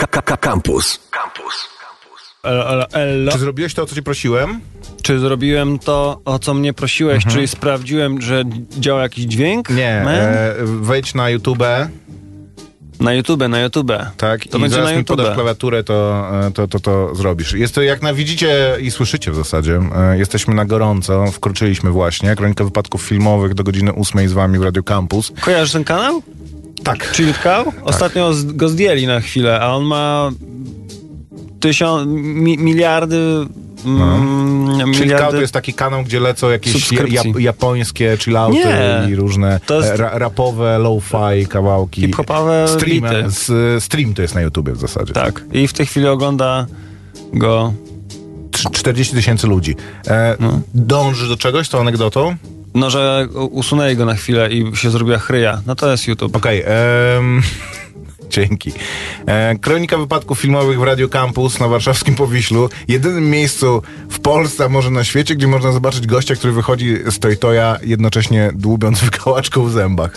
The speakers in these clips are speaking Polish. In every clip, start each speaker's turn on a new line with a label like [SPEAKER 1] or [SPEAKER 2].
[SPEAKER 1] Campus.
[SPEAKER 2] Elo.
[SPEAKER 3] Czy zrobiłeś to, o co cię prosiłem?
[SPEAKER 2] Czy zrobiłem to, o co mnie prosiłeś? Czyli sprawdziłem, że działa jakiś dźwięk?
[SPEAKER 3] Nie. Wejdź na YouTube.
[SPEAKER 2] Na YouTube.
[SPEAKER 3] Tak,
[SPEAKER 2] to
[SPEAKER 3] i
[SPEAKER 2] będzie
[SPEAKER 3] zaraz
[SPEAKER 2] na
[SPEAKER 3] mi podasz
[SPEAKER 2] YouTube.
[SPEAKER 3] klawiaturę, to zrobisz. Jest to, jak widzicie i słyszycie w zasadzie, jesteśmy na gorąco, wkroczyliśmy właśnie. Kronika wypadków filmowych do godziny 8 z wami w Radio Campus.
[SPEAKER 2] Kojarzysz ten kanał?
[SPEAKER 3] Tak.
[SPEAKER 2] Chilled Cow? Ostatnio go zdjęli na chwilę, a on ma miliardy...
[SPEAKER 3] Chill Out to jest taki kanał, gdzie lecą jakieś japońskie chillouty i różne rapowe, lo-fi kawałki.
[SPEAKER 2] Hip-hopowe bity.
[SPEAKER 3] Stream to jest na YouTubie w zasadzie.
[SPEAKER 2] Tak. I w tej chwili ogląda go
[SPEAKER 3] 40 000 ludzi. Dążysz do czegoś z tą anegdotą?
[SPEAKER 2] No, że usunęli go na chwilę i się zrobiła chryja. No to jest YouTube.
[SPEAKER 3] Okej. Dzięki. Kronika wypadków filmowych w Radio Campus na warszawskim Powiślu. Jedynym miejscu w Polsce, a może na świecie, gdzie można zobaczyć gościa, który wychodzi z Toytoja, jednocześnie dłubiąc wykałaczką w zębach.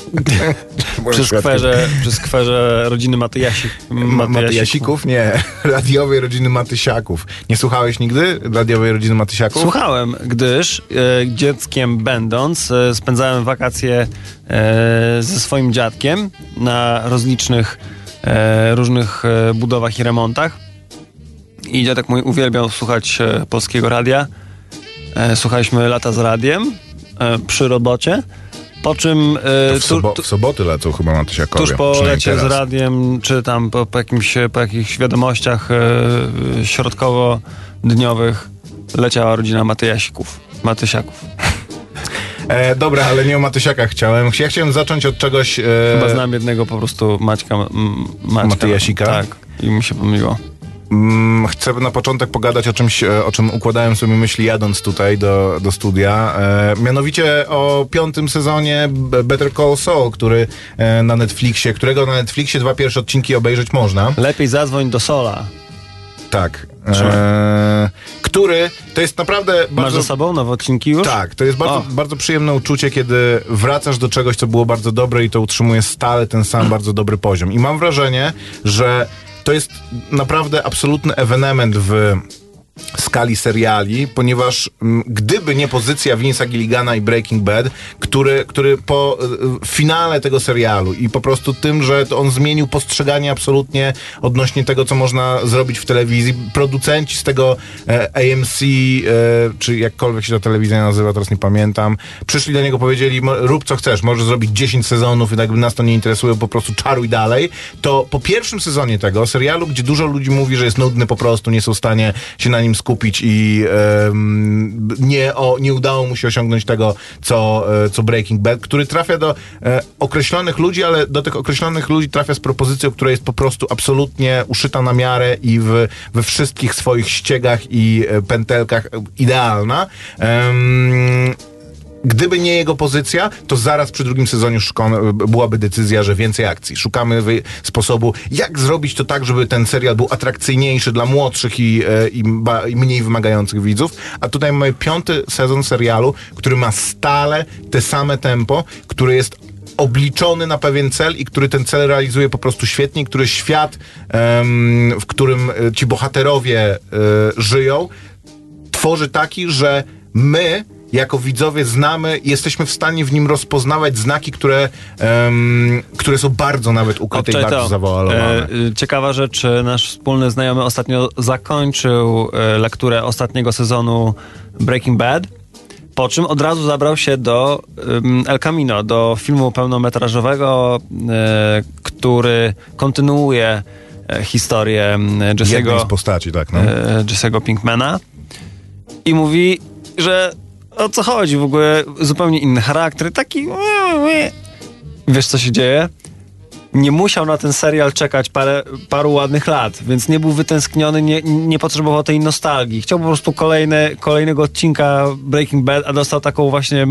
[SPEAKER 2] Przy skwerze rodziny
[SPEAKER 3] Matyjasików? Nie. Radiowej rodziny Matysiaków. Nie słuchałeś nigdy radiowej rodziny Matysiaków?
[SPEAKER 2] Słuchałem, gdyż dzieckiem będąc spędzałem wakacje ze swoim dziadkiem na rozlicznych różnych budowach i remontach. I dziadek mój uwielbiał słuchać polskiego radia. Słuchaliśmy Lata z radiem przy robocie. Po czym...
[SPEAKER 3] w soboty lecą chyba Matysiakowie.
[SPEAKER 2] Tuż po lecie z radiem, czy tam po jakichś wiadomościach środkowo-dniowych leciała rodzina Matysiaków.
[SPEAKER 3] Dobra, ale nie o Matysiakach chciałem. Ja chciałem zacząć od czegoś...
[SPEAKER 2] Chyba znam jednego po prostu Maćka
[SPEAKER 3] Matyjasika?
[SPEAKER 2] Tak, i mi się pomyliło.
[SPEAKER 3] Chcę na początek pogadać o czymś, o czym układałem sobie myśli jadąc tutaj do studia. Mianowicie o 5. sezonie Better Call Saul, którego na Netflixie 2 pierwsze odcinki obejrzeć można.
[SPEAKER 2] Lepiej zadzwoń do Sola.
[SPEAKER 3] Tak. Który to jest naprawdę bardzo...
[SPEAKER 2] Masz za sobą nowe odcinki już?
[SPEAKER 3] Tak, to jest bardzo przyjemne uczucie, kiedy wracasz do czegoś, co było bardzo dobre i to utrzymuje stale ten sam bardzo dobry poziom. I mam wrażenie, że to jest naprawdę absolutny ewenement w skali seriali, ponieważ gdyby nie pozycja Vince'a Gilligana i Breaking Bad, który po finale tego serialu i po prostu tym, że to on zmienił postrzeganie absolutnie odnośnie tego, co można zrobić w telewizji. Producenci z tego AMC, czy jakkolwiek się ta telewizja nazywa, teraz nie pamiętam, przyszli do niego, powiedzieli, rób co chcesz, możesz zrobić 10 sezonów i jakby nas to nie interesuje, po prostu czaruj dalej. To po pierwszym sezonie tego serialu, gdzie dużo ludzi mówi, że jest nudny po prostu, nie są w stanie się na nim skupić i nie udało mu się osiągnąć tego, co Breaking Bad, który trafia do określonych ludzi, ale do tych określonych ludzi trafia z propozycją, która jest po prostu absolutnie uszyta na miarę i we wszystkich swoich ściegach i pętelkach idealna. Gdyby nie jego pozycja, to zaraz przy drugim sezonie byłaby decyzja, że więcej akcji. Szukamy sposobu, jak zrobić to tak, żeby ten serial był atrakcyjniejszy dla młodszych i mniej wymagających widzów. A tutaj mamy 5. sezon serialu, który ma stale te same tempo, który jest obliczony na pewien cel i który ten cel realizuje po prostu świetnie, który świat, w którym ci bohaterowie żyją, tworzy taki, że my jako widzowie znamy i jesteśmy w stanie w nim rozpoznawać znaki, które są bardzo nawet ukryte i bardzo zawoalowane.
[SPEAKER 2] Ciekawa rzecz, nasz wspólny znajomy ostatnio zakończył lekturę ostatniego sezonu Breaking Bad, po czym od razu zabrał się do El Camino, do filmu pełnometrażowego, który kontynuuje historię
[SPEAKER 3] jednej z postaci, tak, no.
[SPEAKER 2] Jesse'ego Pinkmana i mówi, że o co chodzi w ogóle, zupełnie inny charakter, taki... Wiesz, co się dzieje? Nie musiał na ten serial czekać paru ładnych lat, więc nie był wytęskniony, nie potrzebował tej nostalgii. Chciał po prostu kolejnego odcinka Breaking Bad, a dostał taką właśnie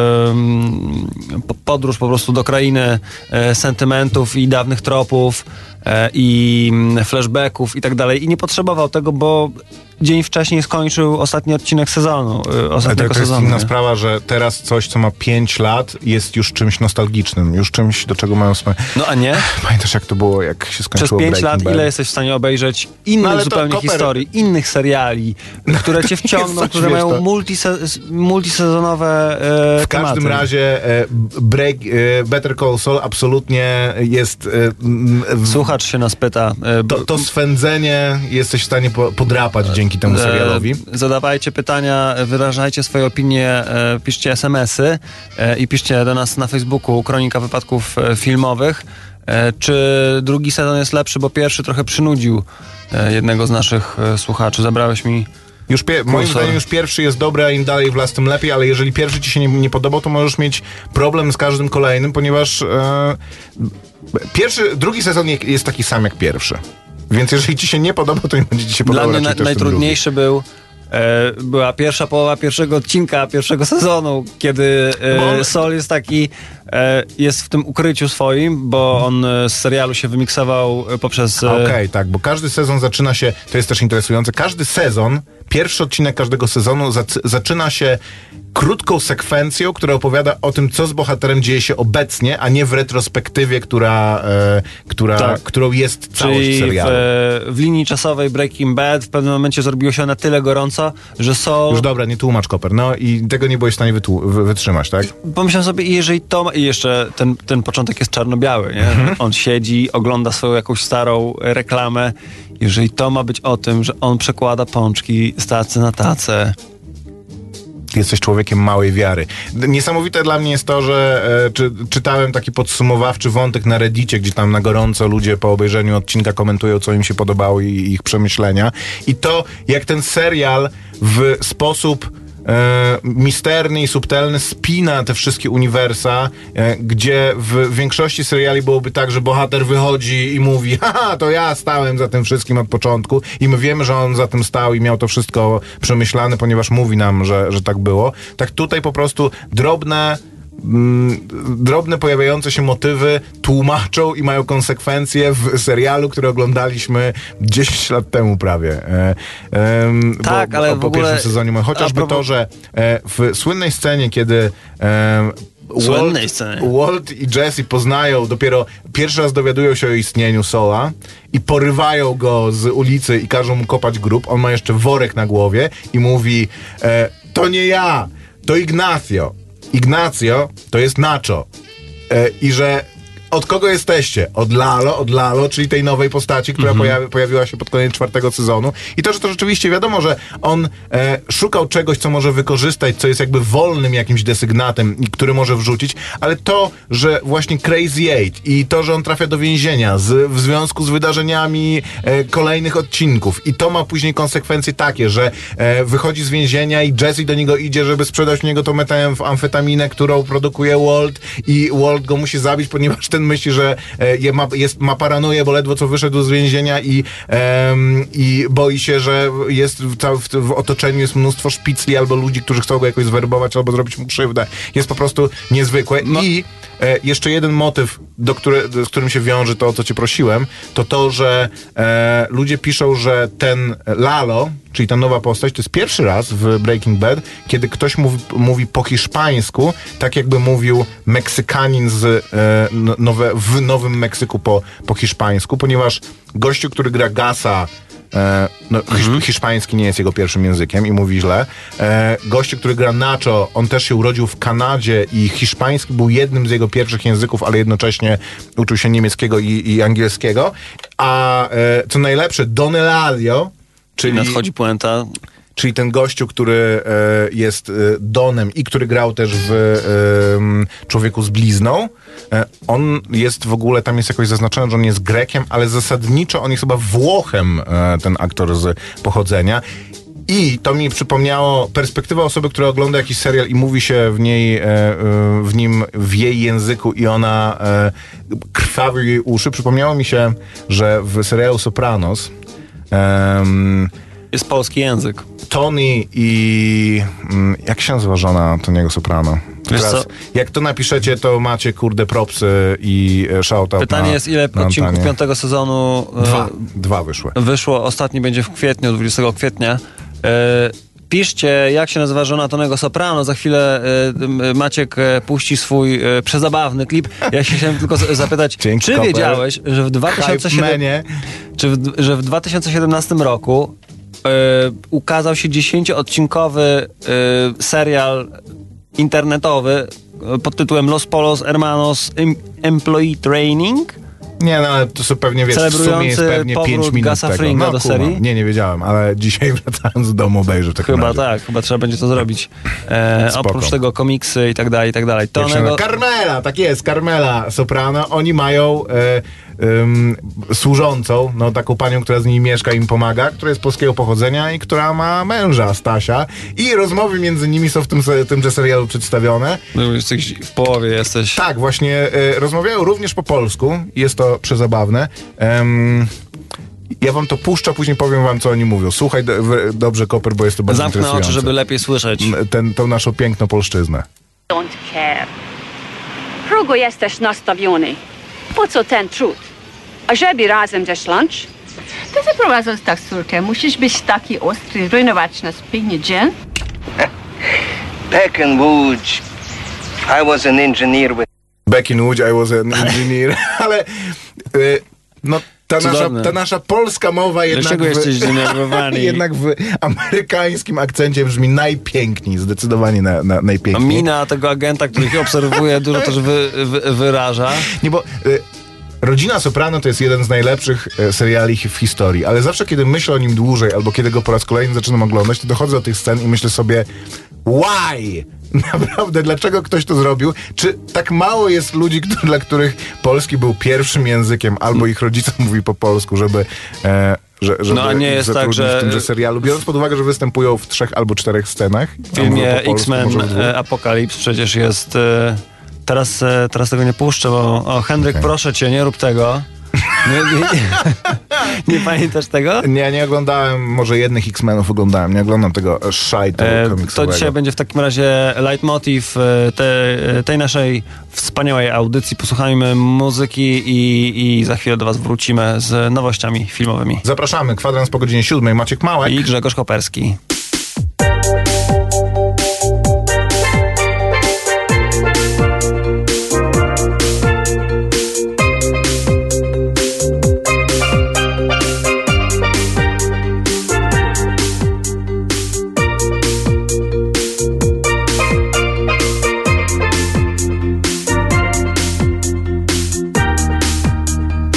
[SPEAKER 2] podróż po prostu do krainy sentymentów i dawnych tropów i flashbacków i tak dalej. I nie potrzebował tego, bo dzień wcześniej skończył ostatni odcinek sezonu.
[SPEAKER 3] To jest inna sprawa, że teraz coś, co ma 5 lat, jest już czymś nostalgicznym, już czymś, do czego mają swoje...
[SPEAKER 2] No a nie?
[SPEAKER 3] Pamiętasz, jak to było, jak się skończyło
[SPEAKER 2] Przez 5 lat
[SPEAKER 3] Bad?
[SPEAKER 2] ile jesteś w stanie obejrzeć innych zupełnie historii, innych seriali, które cię wciągną, które mają multisezonowe
[SPEAKER 3] w każdym razie Better Call Saul absolutnie jest...
[SPEAKER 2] Słuchacz się nas pyta.
[SPEAKER 3] To swędzenie jesteś w stanie podrapać dzięki temu serialowi.
[SPEAKER 2] Zadawajcie pytania, wyrażajcie swoje opinie, piszcie SMS-y i piszcie do nas na Facebooku Kronika Wypadków Filmowych. Czy drugi sezon jest lepszy, bo pierwszy trochę przynudził jednego z naszych słuchaczy. Zabrałeś mi...
[SPEAKER 3] Moim zdaniem już pierwszy jest dobry, a im dalej w las, tym lepiej, ale jeżeli pierwszy ci się nie podobał, to możesz mieć problem z każdym kolejnym, ponieważ drugi sezon jest taki sam jak pierwszy. Więc jeżeli ci się nie podoba, to nie będzie ci się podobał.
[SPEAKER 2] Dla mnie najtrudniejszy była pierwsza połowa pierwszego odcinka, pierwszego sezonu, kiedy Saul jest taki, jest w tym ukryciu swoim, bo on z serialu się wymiksował poprzez...
[SPEAKER 3] Okej, tak, bo każdy sezon zaczyna się, to jest też interesujące, każdy sezon, pierwszy odcinek każdego sezonu zaczyna się krótką sekwencją, która opowiada o tym, co z bohaterem dzieje się obecnie, a nie w retrospektywie, którą jest całość serialu.
[SPEAKER 2] W linii czasowej Breaking Bad w pewnym momencie zrobiło się na tyle gorąco, że Saul...
[SPEAKER 3] Już dobra, nie tłumacz, Koper. No i tego nie byłeś w stanie wytrzymać, tak?
[SPEAKER 2] Pomyślałem sobie, jeżeli to... I jeszcze ten początek jest czarno-biały, nie? On siedzi, ogląda swoją jakąś starą reklamę. Jeżeli to ma być o tym, że on przekłada pączki z tacy na tacę...
[SPEAKER 3] Jesteś człowiekiem małej wiary. Niesamowite dla mnie jest to, że czytałem taki podsumowawczy wątek na Reddicie, gdzie tam na gorąco ludzie po obejrzeniu odcinka komentują, co im się podobało i ich przemyślenia. I to, jak ten serial w sposób misterny i subtelny spina te wszystkie uniwersa, gdzie w większości seriali byłoby tak, że bohater wychodzi i mówi, haha, to ja stałem za tym wszystkim od początku i my wiemy, że on za tym stał i miał to wszystko przemyślane, ponieważ mówi nam, że tak było. Tak tutaj po prostu drobne pojawiające się motywy tłumaczą i mają konsekwencje w serialu, który oglądaliśmy 10 lat temu prawie.
[SPEAKER 2] Tak, ale
[SPEAKER 3] po pierwszym sezonie. Chociażby to, że w słynnej scenie, kiedy Walt i Jesse poznają, dopiero pierwszy raz dowiadują się o istnieniu Saula i porywają go z ulicy i każą mu kopać grób. On ma jeszcze worek na głowie i mówi, to nie ja, to Ignacio. Ignacio to jest Nacho. I że od kogo jesteście? Od Lalo, czyli tej nowej postaci, która pojawiła się pod koniec 4. sezonu. I to, że to rzeczywiście wiadomo, że on szukał czegoś, co może wykorzystać, co jest jakby wolnym jakimś desygnatem, który może wrzucić, ale to, że właśnie Crazy Eight i to, że on trafia do więzienia w związku z wydarzeniami kolejnych odcinków i to ma później konsekwencje takie, że wychodzi z więzienia i Jesse do niego idzie, żeby sprzedać u niego tą metamfetaminę, którą produkuje Walt i Walt go musi zabić, ponieważ ten myśli, że ma paranoję, bo ledwo co wyszedł z więzienia i boi się, że jest w otoczeniu jest mnóstwo szpicli albo ludzi, którzy chcą go jakoś zwerbować albo zrobić mu krzywdę. Jest po prostu niezwykłe. No. I jeszcze jeden motyw, z którym się wiąże to, o co cię prosiłem, to, że ludzie piszą, że ten Lalo, czyli ta nowa postać, to jest pierwszy raz w Breaking Bad, kiedy ktoś mówi po hiszpańsku, tak jakby mówił Meksykanin w Nowym Meksyku po hiszpańsku, ponieważ gościu, który gra Gasa, hiszpański nie jest jego pierwszym językiem i mówi źle. Gościu, który gra Nacho, on też się urodził w Kanadzie i hiszpański był jednym z jego pierwszych języków, ale jednocześnie uczył się niemieckiego i angielskiego. A co najlepsze, Don Eladio,
[SPEAKER 2] czyli nadchodzi puenta.
[SPEAKER 3] Czyli ten gościu, który jest Donem i który grał też w Człowieku z blizną, on jest w ogóle, tam jest jakoś zaznaczone, że on jest Grekiem, ale zasadniczo on jest chyba Włochem, ten aktor z pochodzenia. I to mi przypomniało perspektywa osoby, która ogląda jakiś serial i mówi się w nim w jej języku i ona krwawi jej uszy. Przypomniało mi się, że w serialu Sopranos
[SPEAKER 2] jest polski język.
[SPEAKER 3] Tony i... jak się nazywa żona Tony'ego Soprano? Teraz, jak to napiszecie, to macie, kurde, propsy i shoutout.
[SPEAKER 2] Pytanie jest, ile odcinków 5. sezonu...
[SPEAKER 3] Dwa wyszły.
[SPEAKER 2] Wyszło, ostatni będzie w kwietniu, 20 kwietnia. Piszcie, jak się nazywa żona Tonego Soprano. Za chwilę Maciek puści swój przezabawny klip. Ja się chciałem tylko zapytać, czy wiedziałeś, że w 2017 roku ukazał się 10-odcinkowy serial internetowy pod tytułem Los Polos Hermanos Employee Training?
[SPEAKER 3] Nie, no ale to są pewnie, wiesz, w sumie jest pewnie 5 minut
[SPEAKER 2] Gasa
[SPEAKER 3] tego.
[SPEAKER 2] Fringa do serii?
[SPEAKER 3] Nie wiedziałem, ale dzisiaj wracając do domu obejrzę.
[SPEAKER 2] Chyba trzeba będzie to zrobić. Oprócz tego komiksy i tak dalej, i tak dalej.
[SPEAKER 3] Carmela, tak jest, Carmela Soprano. Oni mają służącą, no taką panią, która z nimi mieszka, im pomaga, która jest polskiego pochodzenia i która ma męża, Stasia. I rozmowy między nimi są w tymże serialu przedstawione.
[SPEAKER 2] No, w połowie jesteś.
[SPEAKER 3] Tak, właśnie rozmawiają również po polsku. Jest to przezabawne. Ja wam to puszczę, później powiem wam, co oni mówią. Słuchaj dobrze, Koper, bo jest to bardzo interesujące.
[SPEAKER 2] Zamknę oczy, żeby lepiej słyszeć.
[SPEAKER 3] Tą naszą piękną polszczyznę.
[SPEAKER 1] Don't care. Kogo jesteś nastawiony? Po co ten trud? A żeby razem zjeść lunch?
[SPEAKER 4] Ty zaprowadzasz tak, córkę. Musisz być taki ostry, rujnować nas pieniędzy.
[SPEAKER 5] Back in Łódź, I was an engineer with...
[SPEAKER 3] Back in Łódź, I was an engineer. Ale no ta nasza polska mowa jednak w amerykańskim akcencie brzmi najpiękniej, zdecydowanie najpiękniej.
[SPEAKER 2] A mina tego agenta, który ich obserwuje, dużo też wyraża.
[SPEAKER 3] Nie, bo Rodzina Soprano to jest jeden z najlepszych seriali w historii, ale zawsze kiedy myślę o nim dłużej, albo kiedy go po raz kolejny zaczynam oglądać, to dochodzę do tych scen i myślę sobie, why? Naprawdę, dlaczego ktoś to zrobił? Czy tak mało jest ludzi, dla których polski był pierwszym językiem, albo ich rodzice mówi po polsku, żeby
[SPEAKER 2] no, nie jest tak, że
[SPEAKER 3] w tymże serialu, biorąc pod uwagę, że występują w 3 albo 4 scenach.
[SPEAKER 2] W filmie X-Men Apokalips przecież jest... Teraz tego nie puszczę, bo Henryk, proszę cię, nie rób tego. Nie pamiętasz tego?
[SPEAKER 3] Nie oglądałem, może jednych X-Menów oglądałem, nie oglądam tego szajtu komiksowego.
[SPEAKER 2] To dzisiaj będzie w takim razie leitmotiv tej naszej wspaniałej audycji. Posłuchajmy muzyki i za chwilę do was wrócimy z nowościami filmowymi.
[SPEAKER 3] Zapraszamy, kwadrans po godzinie 7. Maciek Małek
[SPEAKER 2] i Grzegorz Koperski.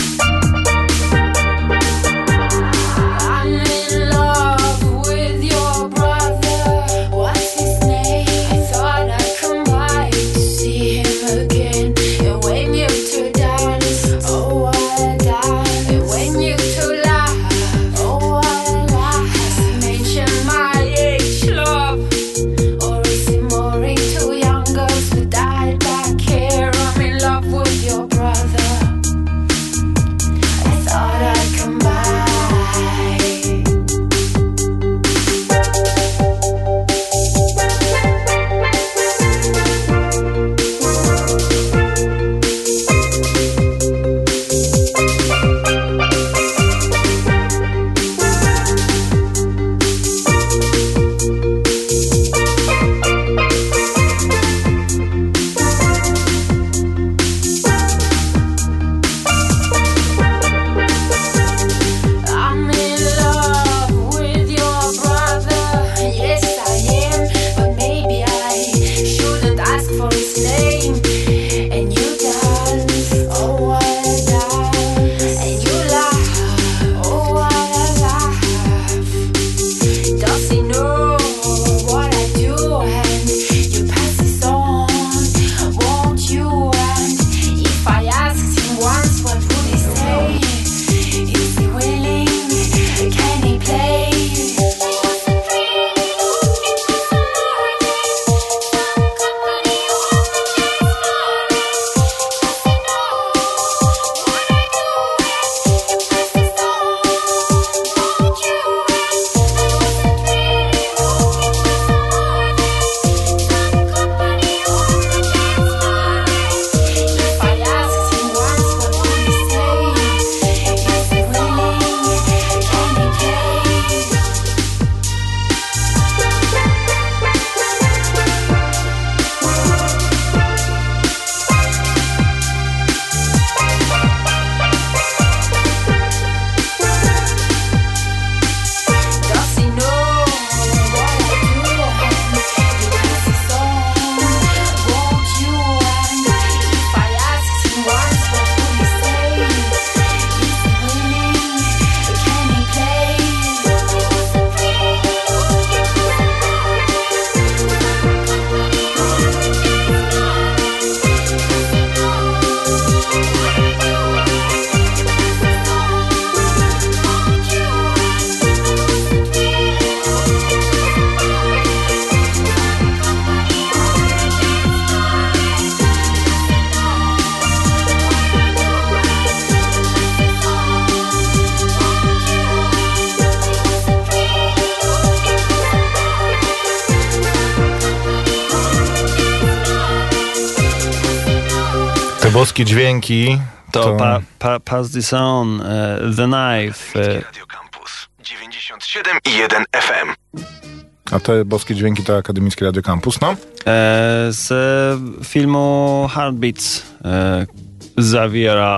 [SPEAKER 6] I'm in love with your
[SPEAKER 3] boskie dźwięki
[SPEAKER 2] To Pass This On, The Knife.
[SPEAKER 6] Radio Campus 97,1 FM.
[SPEAKER 3] A te boskie dźwięki to Akademickie Radio Campus, no?
[SPEAKER 2] Z filmu Heartbeats Xaviera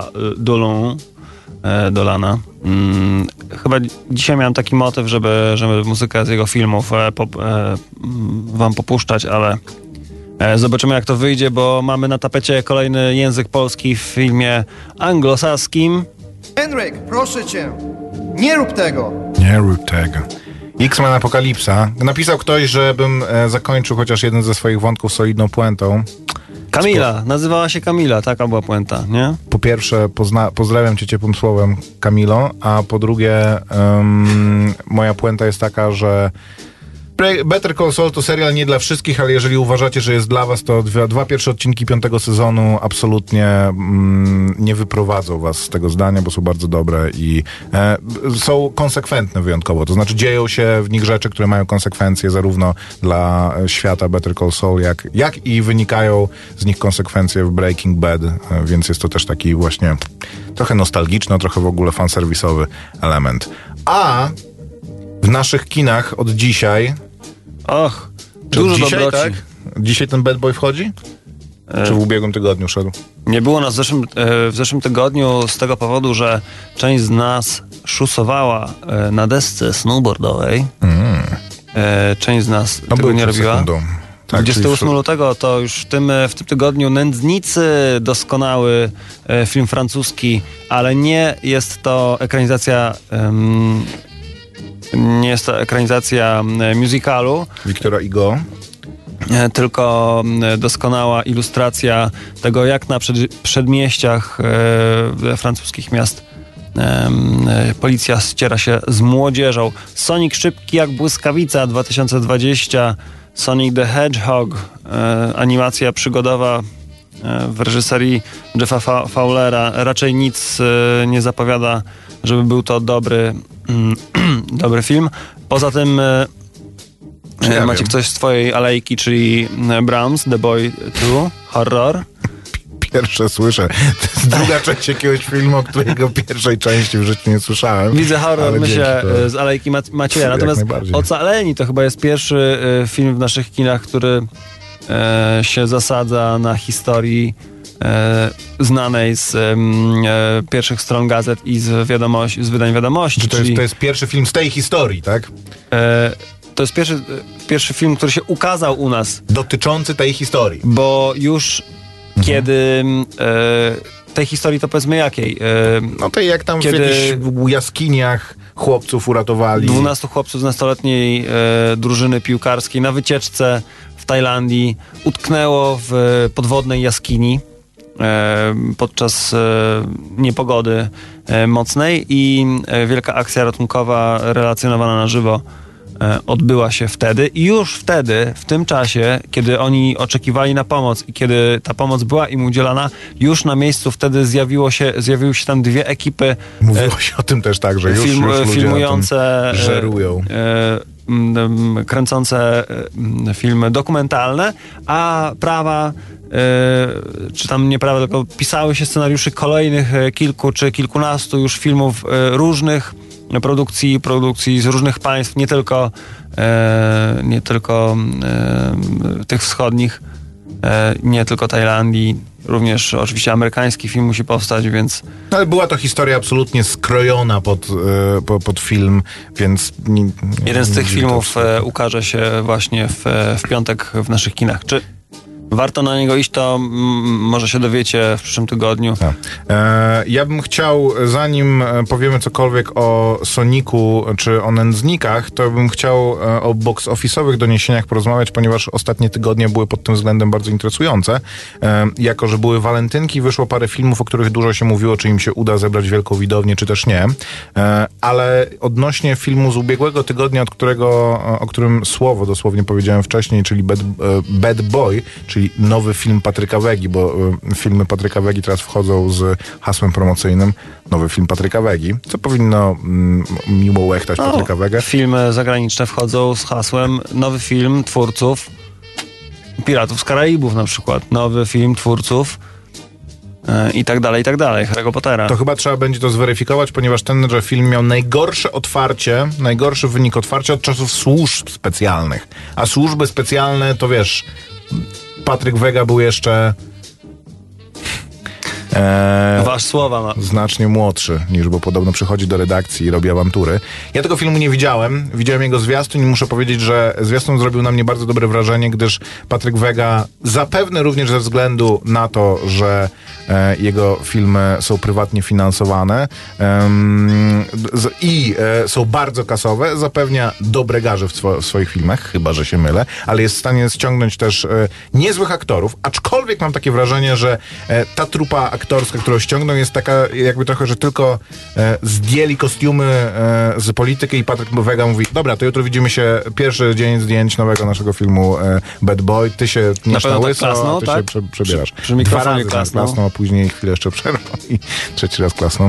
[SPEAKER 2] Dolana. Chyba dzisiaj miałem taki motyw, żeby muzykę z jego filmów wam popuszczać, ale zobaczymy, jak to wyjdzie, bo mamy na tapecie kolejny język polski w filmie anglosaskim.
[SPEAKER 7] Henryk, proszę cię, nie rób tego!
[SPEAKER 3] Nie rób tego. X-Men Apokalipsa. Napisał ktoś, żebym zakończył chociaż jeden ze swoich wątków solidną puentą.
[SPEAKER 2] Kamila, nazywała się Kamila, taka była puenta, nie?
[SPEAKER 3] Po pierwsze, pozdrawiam cię ciepłym słowem, Kamilo, a po drugie, moja puenta jest taka, że Better Call Saul to serial nie dla wszystkich, ale jeżeli uważacie, że jest dla was, to dwa pierwsze odcinki 5. sezonu absolutnie nie wyprowadzą was z tego zdania, bo są bardzo dobre i są konsekwentne wyjątkowo. To znaczy dzieją się w nich rzeczy, które mają konsekwencje zarówno dla świata Better Call Saul, jak i wynikają z nich konsekwencje w Breaking Bad, więc jest to też taki właśnie trochę nostalgiczny, trochę w ogóle fanserwisowy element. A w naszych kinach od dzisiaj...
[SPEAKER 2] Och, dużo
[SPEAKER 3] dzisiaj,
[SPEAKER 2] dobroci.
[SPEAKER 3] tak? Dzisiaj ten Bad Boy wchodzi? Czy w ubiegłym tygodniu szedł?
[SPEAKER 2] Nie było nas w zeszłym tygodniu z tego powodu, że część z nas szusowała na desce snowboardowej. Część z nas tego nie robiła.
[SPEAKER 3] Tak,
[SPEAKER 2] 28 lutego to już w tym tygodniu Nędznicy, doskonały film francuski, ale nie jest to ekranizacja musicalu.
[SPEAKER 3] Wiktora Hugo.
[SPEAKER 2] Tylko doskonała ilustracja tego, jak na przedmieściach francuskich miast policja ściera się z młodzieżą. Sonic szybki jak błyskawica 2020, Sonic the Hedgehog, animacja przygodowa w reżyserii Jeffa Fowlera. Raczej nic nie zapowiada, żeby był to dobry film. Poza tym macie coś z twojej alejki, czyli Brahms, The Boy 2, horror.
[SPEAKER 3] Pierwsze słyszę. To jest druga część jakiegoś filmu, którego pierwszej części w życiu nie słyszałem.
[SPEAKER 2] Widzę horror, myślę, z alejki Macieja. Natomiast Ocaleni to chyba jest pierwszy film w naszych kinach, który się zasadza na historii znanej z pierwszych stron gazet i z wydań wiadomości.
[SPEAKER 3] Czy to jest pierwszy film z tej historii, tak?
[SPEAKER 2] To jest pierwszy film, który się ukazał u nas.
[SPEAKER 3] Dotyczący tej historii.
[SPEAKER 2] Bo już kiedy tej historii, to powiedzmy jakiej?
[SPEAKER 3] No tej jak tam
[SPEAKER 2] kiedy
[SPEAKER 3] w jakichś jaskiniach chłopców uratowali.
[SPEAKER 2] 12 chłopców z nastoletniej drużyny piłkarskiej na wycieczce w Tajlandii utknęło w podwodnej jaskini podczas niepogody mocnej i wielka akcja ratunkowa relacjonowana na żywo odbyła się wtedy i już wtedy, w tym czasie, kiedy oni oczekiwali na pomoc i kiedy ta pomoc była im udzielana, już na miejscu wtedy zjawiły się tam dwie ekipy.
[SPEAKER 3] Mówiło się o tym też tak, że już ludzie
[SPEAKER 2] filmujące,
[SPEAKER 3] żerują.
[SPEAKER 2] Kręcące filmy dokumentalne, a prawa czy tam nie prawa, tylko pisały się scenariuszy kolejnych kilku czy kilkunastu już filmów różnych produkcji z różnych państw, nie tylko tych wschodnich, nie tylko Tajlandii, również oczywiście amerykański film musi powstać, więc...
[SPEAKER 3] Ale była to historia absolutnie skrojona pod film, więc...
[SPEAKER 2] Jeden z tych filmów ukaże się właśnie w piątek w naszych kinach. Czy warto na niego iść, to może się dowiecie w przyszłym tygodniu.
[SPEAKER 3] Ja bym chciał, zanim powiemy cokolwiek o Sonicu czy o Nędznikach, to bym chciał o box office'owych doniesieniach porozmawiać, ponieważ ostatnie tygodnie były pod tym względem bardzo interesujące. Jako że były walentynki, wyszło parę filmów, o których dużo się mówiło, czy im się uda zebrać wielką widownię, czy też nie. Ale odnośnie filmu z ubiegłego tygodnia, o którym słowo dosłownie powiedziałem wcześniej, czyli Bad Boy, czyli nowy film Patryka Wegi, bo filmy Patryka Wegi teraz wchodzą z hasłem promocyjnym nowy film Patryka Wegi, co powinno miło łechtać Patryka Wegę.
[SPEAKER 2] Filmy zagraniczne wchodzą z hasłem nowy film twórców Piratów z Karaibów na przykład. Nowy film twórców i tak dalej, Harry'ego Pottera.
[SPEAKER 3] To chyba trzeba będzie to zweryfikować, ponieważ tenże film miał najgorszy wynik otwarcia od czasów służb specjalnych. A służby specjalne, to wiesz, Patryk Wega był jeszcze
[SPEAKER 2] Wasz słowa ma.
[SPEAKER 3] znacznie młodszy niż, bo podobno przychodzi do redakcji i robi awantury. Ja tego filmu nie widziałem. Widziałem jego zwiastun i muszę powiedzieć, że zwiastun zrobił na mnie bardzo dobre wrażenie, gdyż Patryk Wega, zapewne również ze względu na to, że jego filmy są prywatnie finansowane i są bardzo kasowe, zapewnia dobre garze w swoich filmach, chyba że się mylę, ale jest w stanie ściągnąć też niezłych aktorów, aczkolwiek mam takie wrażenie, że ta trupa aktorska, którą ściągną, jest taka jakby trochę, że tylko zdjęli kostiumy z polityki i Patryk Wega mówi, dobra, to jutro widzimy się, pierwszy dzień zdjęć nowego naszego filmu Bad Boy, ty się tniesz na łyso, a ty się przebierasz.
[SPEAKER 2] Przy mikrofonie
[SPEAKER 3] klasnął, a później chwilę jeszcze przerwał i trzeci raz klasnął.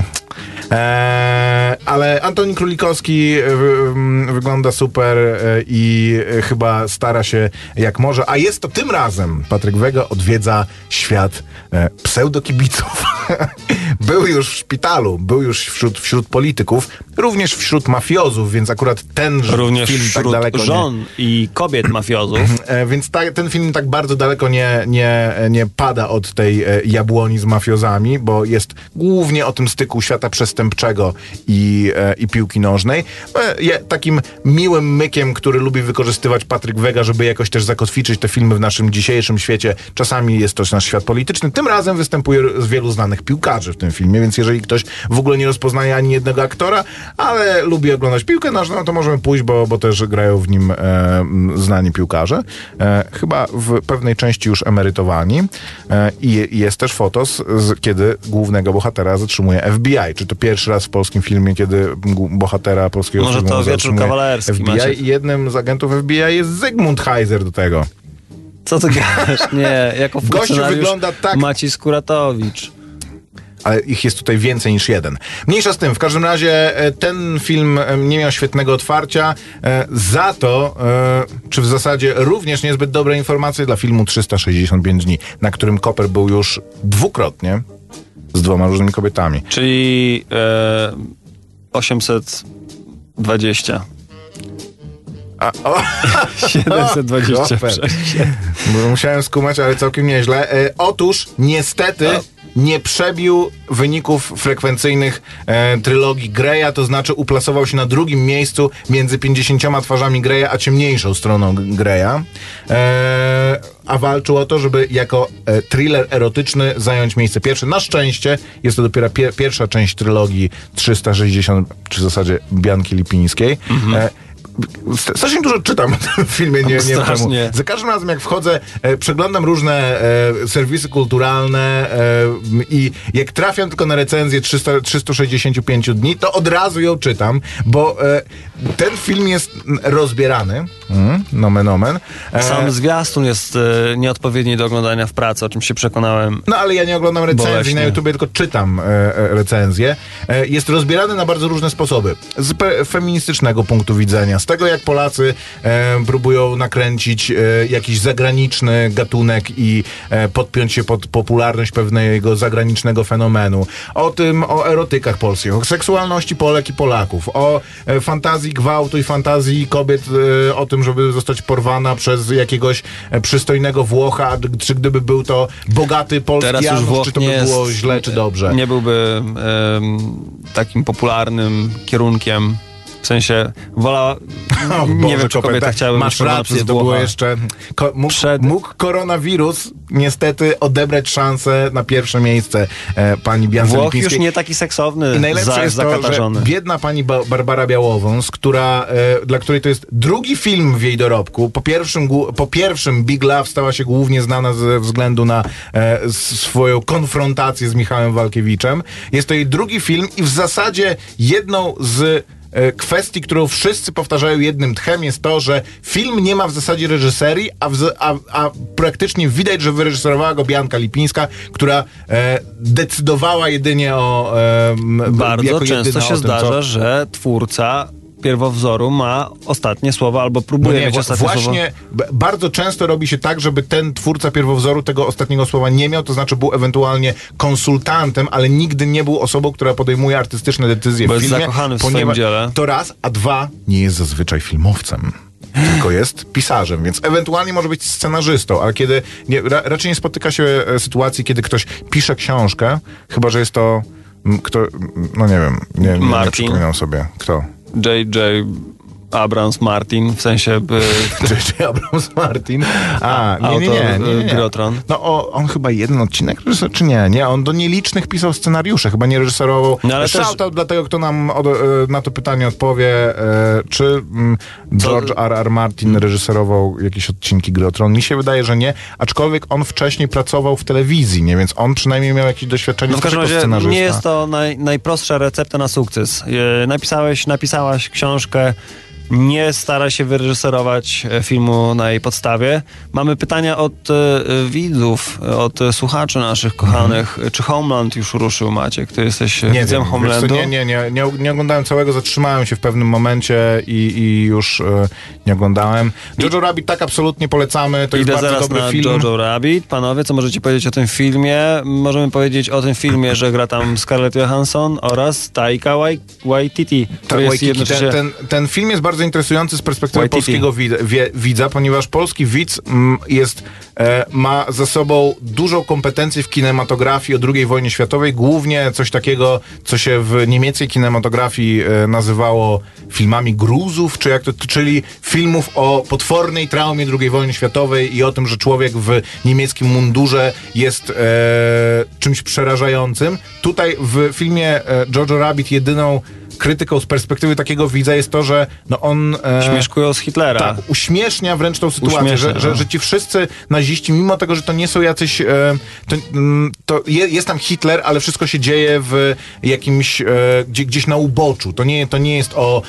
[SPEAKER 3] Ale Antoni Królikowski wygląda super i chyba stara się jak może, a jest to tym razem Patryk Wega odwiedza świat pseudokibiców. Był już w szpitalu, był już wśród polityków, również wśród mafiozów, więc akurat ten
[SPEAKER 2] również
[SPEAKER 3] film
[SPEAKER 2] wśród
[SPEAKER 3] tak daleko
[SPEAKER 2] żon i kobiet mafiozów.
[SPEAKER 3] Więc ten film tak bardzo daleko nie pada od tej jabłoni z mafiozami, bo jest głównie o tym styku świata przestępczego i piłki nożnej. Takim miłym mykiem, który lubi wykorzystywać Patryk Wega, żeby jakoś też zakotwiczyć te filmy w naszym dzisiejszym świecie. Czasami jest to nasz świat polityczny. Tym razem występuje wielu znanych piłkarzy w tym filmie, więc jeżeli ktoś w ogóle nie rozpoznaje ani jednego aktora, ale lubi oglądać piłkę nożną, to możemy pójść, bo też grają w nim znani piłkarze. Chyba w pewnej części już emerytowani. I jest też fotos, kiedy głównego bohatera zatrzymuje FBI. Czy to pierwszy raz w polskim filmie, kiedy bohatera polskiego
[SPEAKER 2] może
[SPEAKER 3] filmu
[SPEAKER 2] to wieczór kawalerski
[SPEAKER 3] FBI
[SPEAKER 2] macie.
[SPEAKER 3] I jednym z agentów FBI jest Zygmunt Heiser do tego.
[SPEAKER 2] Co ty gadasz? Nie, jako funkcjonariusz
[SPEAKER 3] wygląda tak...
[SPEAKER 2] Maciej Skuratowicz.
[SPEAKER 3] Ale ich jest tutaj więcej niż jeden. Mniejsza z tym, w każdym razie ten film nie miał świetnego otwarcia, za to, czy w zasadzie również niezbyt dobre informacje dla filmu 365 dni, na którym Koper był już dwukrotnie z 2 różnymi kobietami.
[SPEAKER 2] Czyli 820. 726.
[SPEAKER 3] Musiałem skumać, ale całkiem nieźle. Otóż, niestety, nie przebił wyników frekwencyjnych trylogii Greya, to znaczy uplasował się na drugim miejscu między 50 twarzami Greya, a ciemniejszą stroną Greya. A walczył o to, żeby jako thriller erotyczny zająć miejsce pierwsze. Na szczęście jest to dopiero pierwsza część trylogii 360, czy w zasadzie Bianki Lipińskiej. Strasznie dużo czytam w tym filmie, nie wiem czemu. Za każdym razem jak wchodzę, przeglądam różne serwisy kulturalne i jak trafiam tylko na recenzję 365 dni, to od razu ją czytam, bo ten film jest rozbierany. Nomen omen.
[SPEAKER 2] Sam zwiastun jest nieodpowiedni do oglądania w pracy, o czym się przekonałem.
[SPEAKER 3] No ale ja nie oglądam recenzji na YouTubie, tylko czytam recenzję. Jest rozbierany na bardzo różne sposoby. Z feministycznego punktu widzenia, z tego jak Polacy próbują nakręcić jakiś zagraniczny gatunek i podpiąć się pod popularność pewnego zagranicznego fenomenu. O erotykach polskich, o seksualności Polek i Polaków, o fantazji gwałtu i fantazji kobiet, o tym, żeby zostać porwana przez jakiegoś przystojnego Włocha, czy gdyby był to bogaty polski Janusz, czy to by było źle, czy dobrze.
[SPEAKER 2] Nie byłby takim popularnym kierunkiem. W sensie, nie wiem, czy kobieta chciałaby
[SPEAKER 3] masz rację, to było jeszcze... Mógł koronawirus niestety odebrać szansę na pierwsze miejsce pani Biance
[SPEAKER 2] Włoch
[SPEAKER 3] Lipińskiej.
[SPEAKER 2] już nie taki seksowny,
[SPEAKER 3] i najlepsze jest to, że biedna pani Barbara Białowąs, dla której to jest drugi film w jej dorobku. Po pierwszym Big Love stała się głównie znana ze względu na swoją konfrontację z Michałem Walkiewiczem. Jest to jej drugi film i w zasadzie jedną z kwestii, którą wszyscy powtarzają jednym tchem, jest to, że film nie ma w zasadzie reżyserii, a praktycznie widać, że wyreżyserowała go Bianka Lipińska, która decydowała jedynie o...
[SPEAKER 2] Bardzo często się zdarza, że twórca pierwowzoru ma ostatnie słowo albo próbuje mieć ostatnie słowo.
[SPEAKER 3] Właśnie bardzo często robi się tak, żeby ten twórca pierwowzoru tego ostatniego słowa nie miał, to znaczy był ewentualnie konsultantem, ale nigdy nie był osobą, która podejmuje artystyczne decyzje
[SPEAKER 2] Bo
[SPEAKER 3] w
[SPEAKER 2] jest
[SPEAKER 3] filmie.
[SPEAKER 2] zakochany w swoim dziele.
[SPEAKER 3] To raz, a dwa, nie jest zazwyczaj filmowcem. Tylko jest pisarzem, więc ewentualnie może być scenarzystą, ale kiedy raczej nie spotyka się sytuacji, kiedy ktoś pisze książkę, chyba że jest to kto, no nie wiem, nie przypominam sobie, kto.
[SPEAKER 2] J.J. Abrams Martin, w sensie...
[SPEAKER 3] J.J. Abrams Martin. Nie.
[SPEAKER 2] Grotron.
[SPEAKER 3] No on chyba jeden odcinek reżyserował, czy nie? Nie, on do nielicznych pisał scenariusze, chyba nie reżyserował.
[SPEAKER 2] No, ale
[SPEAKER 3] Shoutout dla tego, kto nam na to pytanie odpowie, czy George R.R. Martin reżyserował jakieś odcinki Grotron. Mi się wydaje, że nie, aczkolwiek on wcześniej pracował w telewizji, nie? Więc on przynajmniej miał jakieś doświadczenie
[SPEAKER 2] w każdym razie
[SPEAKER 3] scenarzysta.
[SPEAKER 2] nie jest to najprostsza recepta na sukces. Napisałaś książkę, nie stara się wyreżyserować filmu na jej podstawie. Mamy pytania od widzów, od słuchaczy naszych kochanych. Czy Homeland już ruszył, Maciek? Ty jesteś widzem Homelandu?
[SPEAKER 3] Nie oglądałem całego, zatrzymałem się w pewnym momencie i już nie oglądałem. Jojo Rabbit tak absolutnie polecamy, to jest bardzo dobry film.
[SPEAKER 2] Jojo Rabbit. Panowie, co możecie powiedzieć o tym filmie? Możemy powiedzieć o tym filmie, że gra tam Scarlett Johansson oraz Taika Waititi.
[SPEAKER 3] Ten film jest bardzo interesujący z perspektywy polskiego widza, ponieważ polski widz ma za sobą dużą kompetencję w kinematografii o II wojnie światowej, głównie coś takiego, co się w niemieckiej kinematografii nazywało filmami gruzów, czyli filmów o potwornej traumie II wojny światowej i o tym, że człowiek w niemieckim mundurze jest czymś przerażającym. Tutaj w filmie Jojo Rabbit jedyną krytyką z perspektywy takiego widza jest to, że on...
[SPEAKER 2] Śmieszkują z Hitlera.
[SPEAKER 3] Tak, uśmiesznia wręcz tą sytuację, że ci wszyscy naziści, mimo tego, że to nie są jacyś... jest tam Hitler, ale wszystko się dzieje w jakimś... gdzieś na uboczu. To nie jest o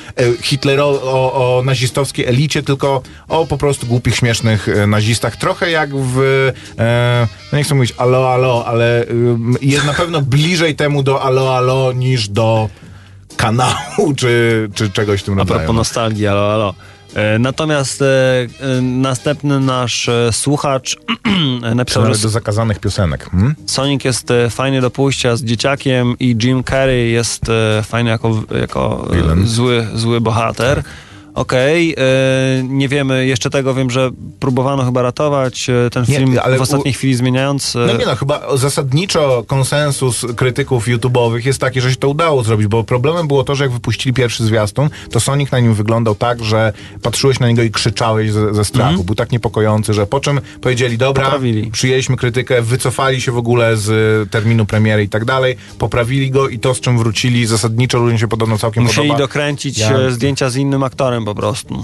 [SPEAKER 3] o nazistowskiej elicie, tylko o po prostu głupich, śmiesznych nazistach. Trochę jak w... nie chcę mówić alo, ale jest na pewno bliżej temu do alo niż do kanału, czy czegoś w tym rodzaju.
[SPEAKER 2] A propos nostalgii, alo. Natomiast następny nasz słuchacz napisał, że
[SPEAKER 3] do zakazanych piosenek.
[SPEAKER 2] Sonic jest fajny do pójścia z dzieciakiem i Jim Carrey jest fajny jako zły bohater. Okej, nie wiemy jeszcze tego, wiem, że próbowano chyba ratować ten film w ostatniej chwili zmieniając...
[SPEAKER 3] chyba zasadniczo konsensus krytyków YouTube'owych jest taki, że się to udało zrobić, bo problemem było to, że jak wypuścili pierwszy zwiastun, to Sonic na nim wyglądał tak, że patrzyłeś na niego i krzyczałeś ze strachu. Był tak niepokojący, że po czym powiedzieli, dobra, przyjęliśmy krytykę, wycofali się w ogóle z terminu premiery i tak dalej, poprawili go i to, z czym wrócili, zasadniczo ludziom się podobno całkiem podoba.
[SPEAKER 2] Musieli dokręcić zdjęcia z innym aktorem po prostu.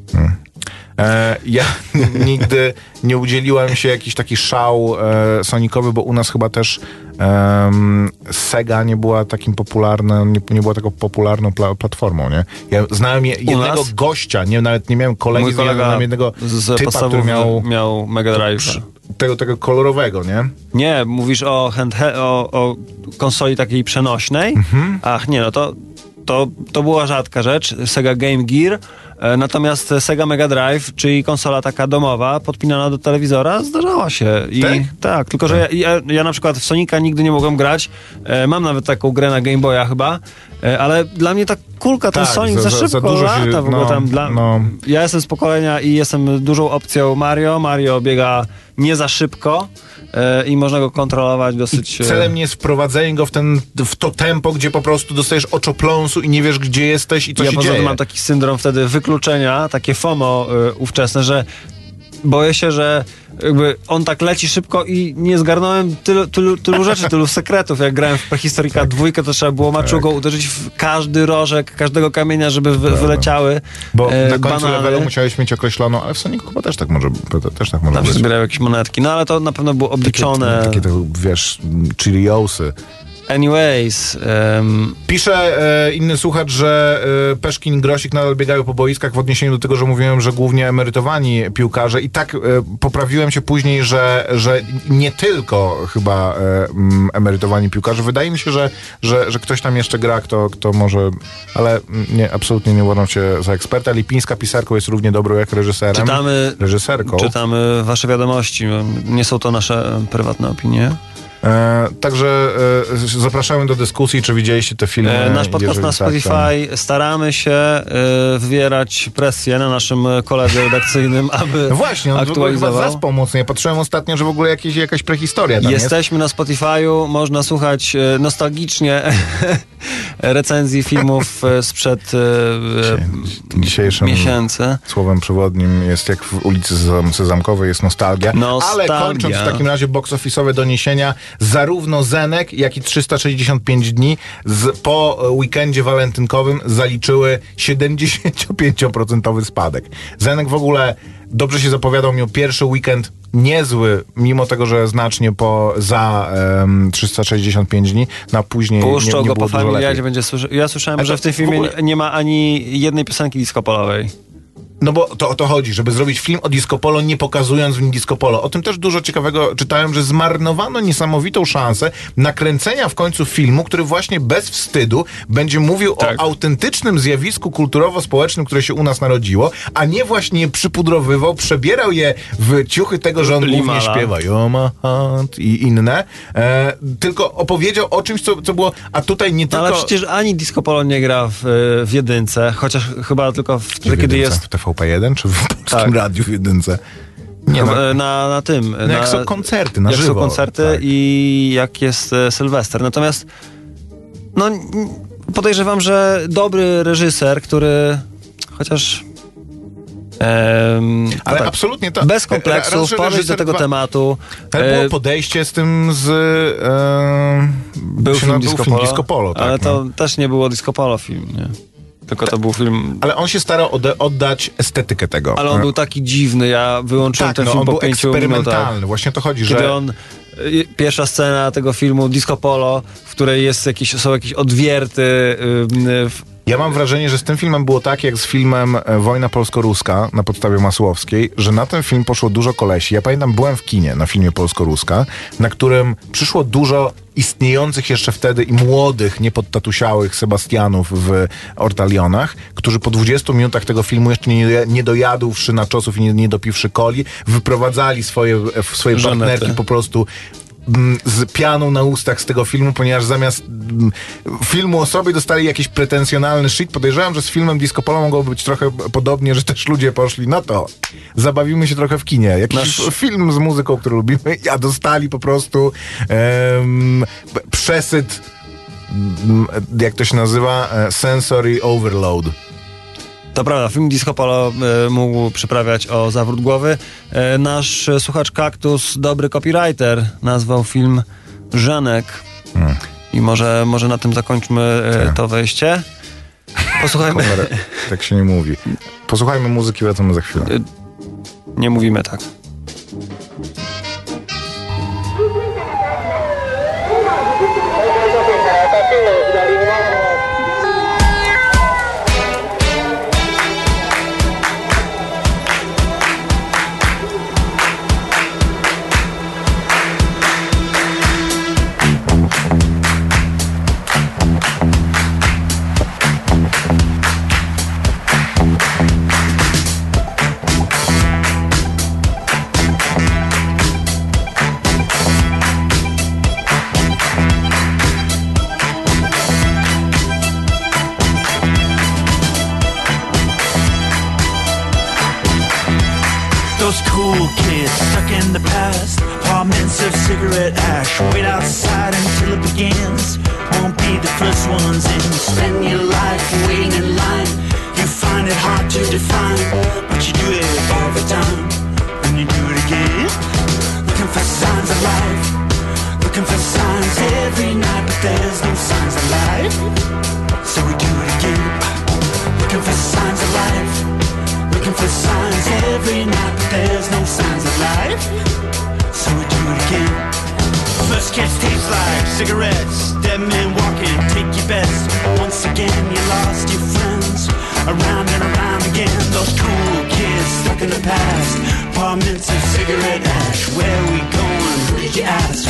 [SPEAKER 3] Ja nigdy nie udzieliłem się jakiś taki szał sonicowy, bo u nas chyba też Sega nie była takim popularną, nie była taką popularną platformą, nie? Ja znałem jednego gościa, nawet nie miałem kolegi,
[SPEAKER 2] mój kolega
[SPEAKER 3] znałem jednego typa, który
[SPEAKER 2] miał Mega Drive.
[SPEAKER 3] Tego kolorowego, nie?
[SPEAKER 2] Nie, mówisz o konsoli takiej przenośnej? Ach nie, no to była rzadka rzecz, Sega Game Gear, natomiast Sega Mega Drive, czyli konsola taka domowa, podpinana do telewizora, zdarzała się. Tak, tylko że ja na przykład w Sonika nigdy nie mogłem grać, mam nawet taką grę na Game Boya chyba, ale dla mnie ta kulka, ten Sonic za szybko
[SPEAKER 3] dużo
[SPEAKER 2] lata w ogóle tam. Ja jestem z pokolenia i jestem dużą opcją Mario biega nie za szybko i można go kontrolować dosyć...
[SPEAKER 3] Celem nie jest wprowadzenie go w to tempo, gdzie po prostu dostajesz oczopląsu i nie wiesz, gdzie jesteś i co się dzieje. Ja
[SPEAKER 2] mam taki syndrom wtedy wykluczenia, takie FOMO ówczesne, że boję się, że jakby on tak leci szybko i nie zgarnąłem tylu rzeczy, tylu sekretów. Jak grałem w Prehistorika 2, to trzeba było maczugą uderzyć w każdy rożek, każdego kamienia, żeby wyleciały
[SPEAKER 3] bo na końcu levelu musiałeś mieć określoną, ale w Sonicu chyba też tak może
[SPEAKER 2] tam się zbierały jakieś monetki, no ale to na pewno było obliczone.
[SPEAKER 3] Takie wiesz, Cheeriosy.
[SPEAKER 2] Anyways,
[SPEAKER 3] Pisze inny słuchacz, że Peszkin i Grosik nadal biegają po boiskach w odniesieniu do tego, że mówiłem, że głównie emerytowani piłkarze i tak poprawiłem się później, że nie tylko chyba emerytowani piłkarze. Wydaje mi się, że ktoś tam jeszcze gra, kto może, ale nie, absolutnie nie uważam się za eksperta. Lipińska pisarką jest równie dobrą jak reżyserem.
[SPEAKER 2] czytamy wasze wiadomości. Nie są to nasze prywatne opinie.
[SPEAKER 3] Także zapraszamy do dyskusji, czy widzieliście te filmy.
[SPEAKER 2] Nasz podcast na Spotify, staramy się wywierać presję na naszym koledze redakcyjnym, aby
[SPEAKER 3] no właśnie, on
[SPEAKER 2] aktualizował.
[SPEAKER 3] chyba zaspał mocno. Ja patrzyłem ostatnio, że w ogóle jakaś prehistoria tam
[SPEAKER 2] Jesteśmy na Spotify'u, można słuchać nostalgicznie recenzji filmów sprzed
[SPEAKER 3] dzisiejszym
[SPEAKER 2] miesięcy.
[SPEAKER 3] Słowem przewodnim jest jak w ulicy Zamkowej jest nostalgia. Ale kończąc w takim razie box office'owe doniesienia, zarówno Zenek, jak i 365 dni po weekendzie walentynkowym zaliczyły 75% spadek. Zenek w ogóle dobrze się zapowiadał, miał pierwszy weekend niezły, mimo tego, że znacznie za 365 dni, na później
[SPEAKER 2] Puszczą
[SPEAKER 3] nie
[SPEAKER 2] go
[SPEAKER 3] było
[SPEAKER 2] po
[SPEAKER 3] dużo
[SPEAKER 2] familiadzie,
[SPEAKER 3] lepiej.
[SPEAKER 2] ja słyszałem, że w tym filmie nie ma ani jednej piosenki disco polowej.
[SPEAKER 3] No bo to o to chodzi, żeby zrobić film o disco polo, nie pokazując w nim disco polo. O tym też dużo ciekawego czytałem, że zmarnowano niesamowitą szansę nakręcenia w końcu filmu, który właśnie bez wstydu będzie mówił o autentycznym zjawisku kulturowo-społecznym, które się u nas narodziło, a nie właśnie przypudrowywał, przebierał je w ciuchy tego, że on głównie śpiewa You're my heart i inne, tylko opowiedział o czymś, co było, a tutaj nie tylko...
[SPEAKER 2] Ale przecież ani disco polo nie gra w jedynce, chociaż chyba tylko wtedy, kiedy jest...
[SPEAKER 3] TVP1 czy w Polskim Radiu w jedynce? Nie,
[SPEAKER 2] na tym.
[SPEAKER 3] Jak są koncerty, na żywo.
[SPEAKER 2] Jak są koncerty i jak jest Sylwester. Natomiast podejrzewam, że dobry reżyser, który chociaż
[SPEAKER 3] ale absolutnie to...
[SPEAKER 2] bez kompleksów podejść do tego tematu.
[SPEAKER 3] Ale było podejście z tym
[SPEAKER 2] był film
[SPEAKER 3] Disco Polo. Tak,
[SPEAKER 2] ale to też nie było Disco Polo film, nie? Tylko to był film...
[SPEAKER 3] Ale on się starał oddać estetykę tego.
[SPEAKER 2] Ale on był taki dziwny, ja wyłączyłem ten film po 5 minutach.
[SPEAKER 3] On był eksperymentalny, właśnie to chodzi,
[SPEAKER 2] kiedy on... Pierwsza scena tego filmu Disco Polo, w której są jakieś odwierty...
[SPEAKER 3] Ja mam wrażenie, że z tym filmem było tak, jak z filmem Wojna polsko-ruska na podstawie Masłowskiej, że na ten film poszło dużo kolesi. Ja pamiętam, byłem w kinie na filmie polsko-ruska, na którym przyszło dużo istniejących jeszcze wtedy i młodych, niepodtatusiałych Sebastianów w Ortalionach, którzy po 20 minutach tego filmu jeszcze nie dojadłszy naczosów i nie dopiwszy coli, wyprowadzali swoje partnerki po prostu z pianą na ustach z tego filmu, ponieważ zamiast filmu o sobie dostali jakiś pretensjonalny shit. Podejrzewam, że z filmem Disco Polo mogło być trochę podobnie, że też ludzie poszli, no to zabawimy się trochę w kinie. Jakiś film z muzyką, który lubimy, a dostali po prostu przesyt, jak to się nazywa, sensory overload.
[SPEAKER 2] To prawda, film Disco Polo mógł przyprawiać o zawrót głowy. Nasz słuchacz Kaktus, dobry copywriter, nazwał film Żanek. I może na tym zakończmy to wejście. Posłuchajmy.
[SPEAKER 3] Tak się nie mówi. Posłuchajmy muzyki, wracamy za chwilę.
[SPEAKER 2] Nie mówimy tak.
[SPEAKER 8] Those cool kids stuck in the past, apartments of cigarette ash. Wait outside until it begins. Won't be the first ones in. Spend your life waiting in line. You find it hard to define, but you do it all the time. And you do it again. Looking for signs of life. Looking for signs every night, but there's no signs of life. So we do it again. Looking for signs of life. Looking for signs every night, but there's no signs of life. So we do it again. Those kids taste like cigarettes. Dead men walking, take your best. Once again you lost your friends. Around and around again. Those cool kids stuck in the past. Apartments of cigarette ash. Where are we going? Who did you ask?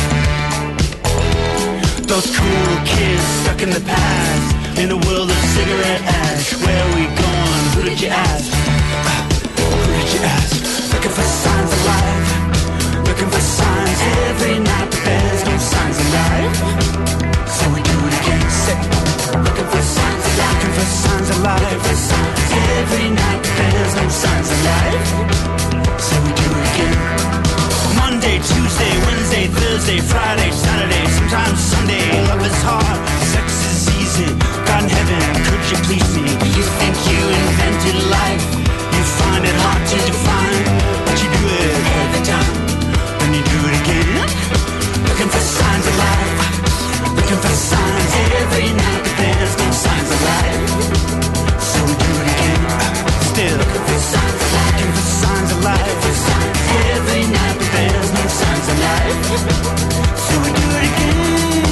[SPEAKER 8] Those cool kids stuck in the past. In a world of cigarette ash. Where are we going? Who did you ask? Who did you ask? Looking for signs of life. Looking for signs every night, but there's no signs of life. So we do it again. Say, looking for signs of life. Looking for signs of life. Looking for signs every night, but there's no signs of life. So we do it again. Monday, Tuesday, Wednesday, Thursday, Friday, Saturday, sometimes Sunday. Love is hard, sex is easy. God in heaven, could you please me? You think you invented life? You find it hard to define, but you do it every time. Then you do it again. Looking for signs of life. Looking for signs every night, but there's no signs of life. So we do it again. Still looking for signs of life. Looking for signs of life. Looking for signs every night, but there's no signs of life. So we do it again.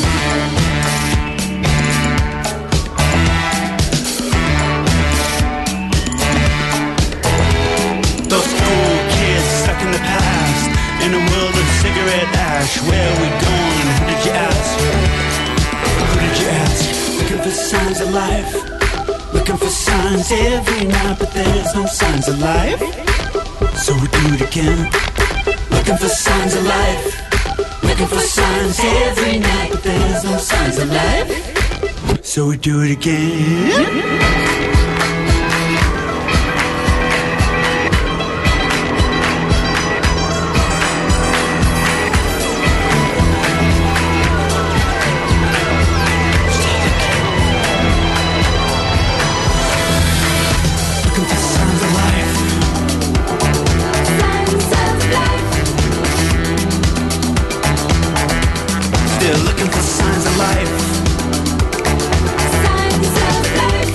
[SPEAKER 8] Those cool kids stuck in the past. In a world of cigarette ash. Where are we going? Who did you ask? Who did you ask? Looking for signs of life. Looking for signs every night, but there's no signs of life. So we do it again. Looking for signs of life. Looking for signs every night, but there's no signs of life. So we do it again. Looking for signs of life. Signs of life.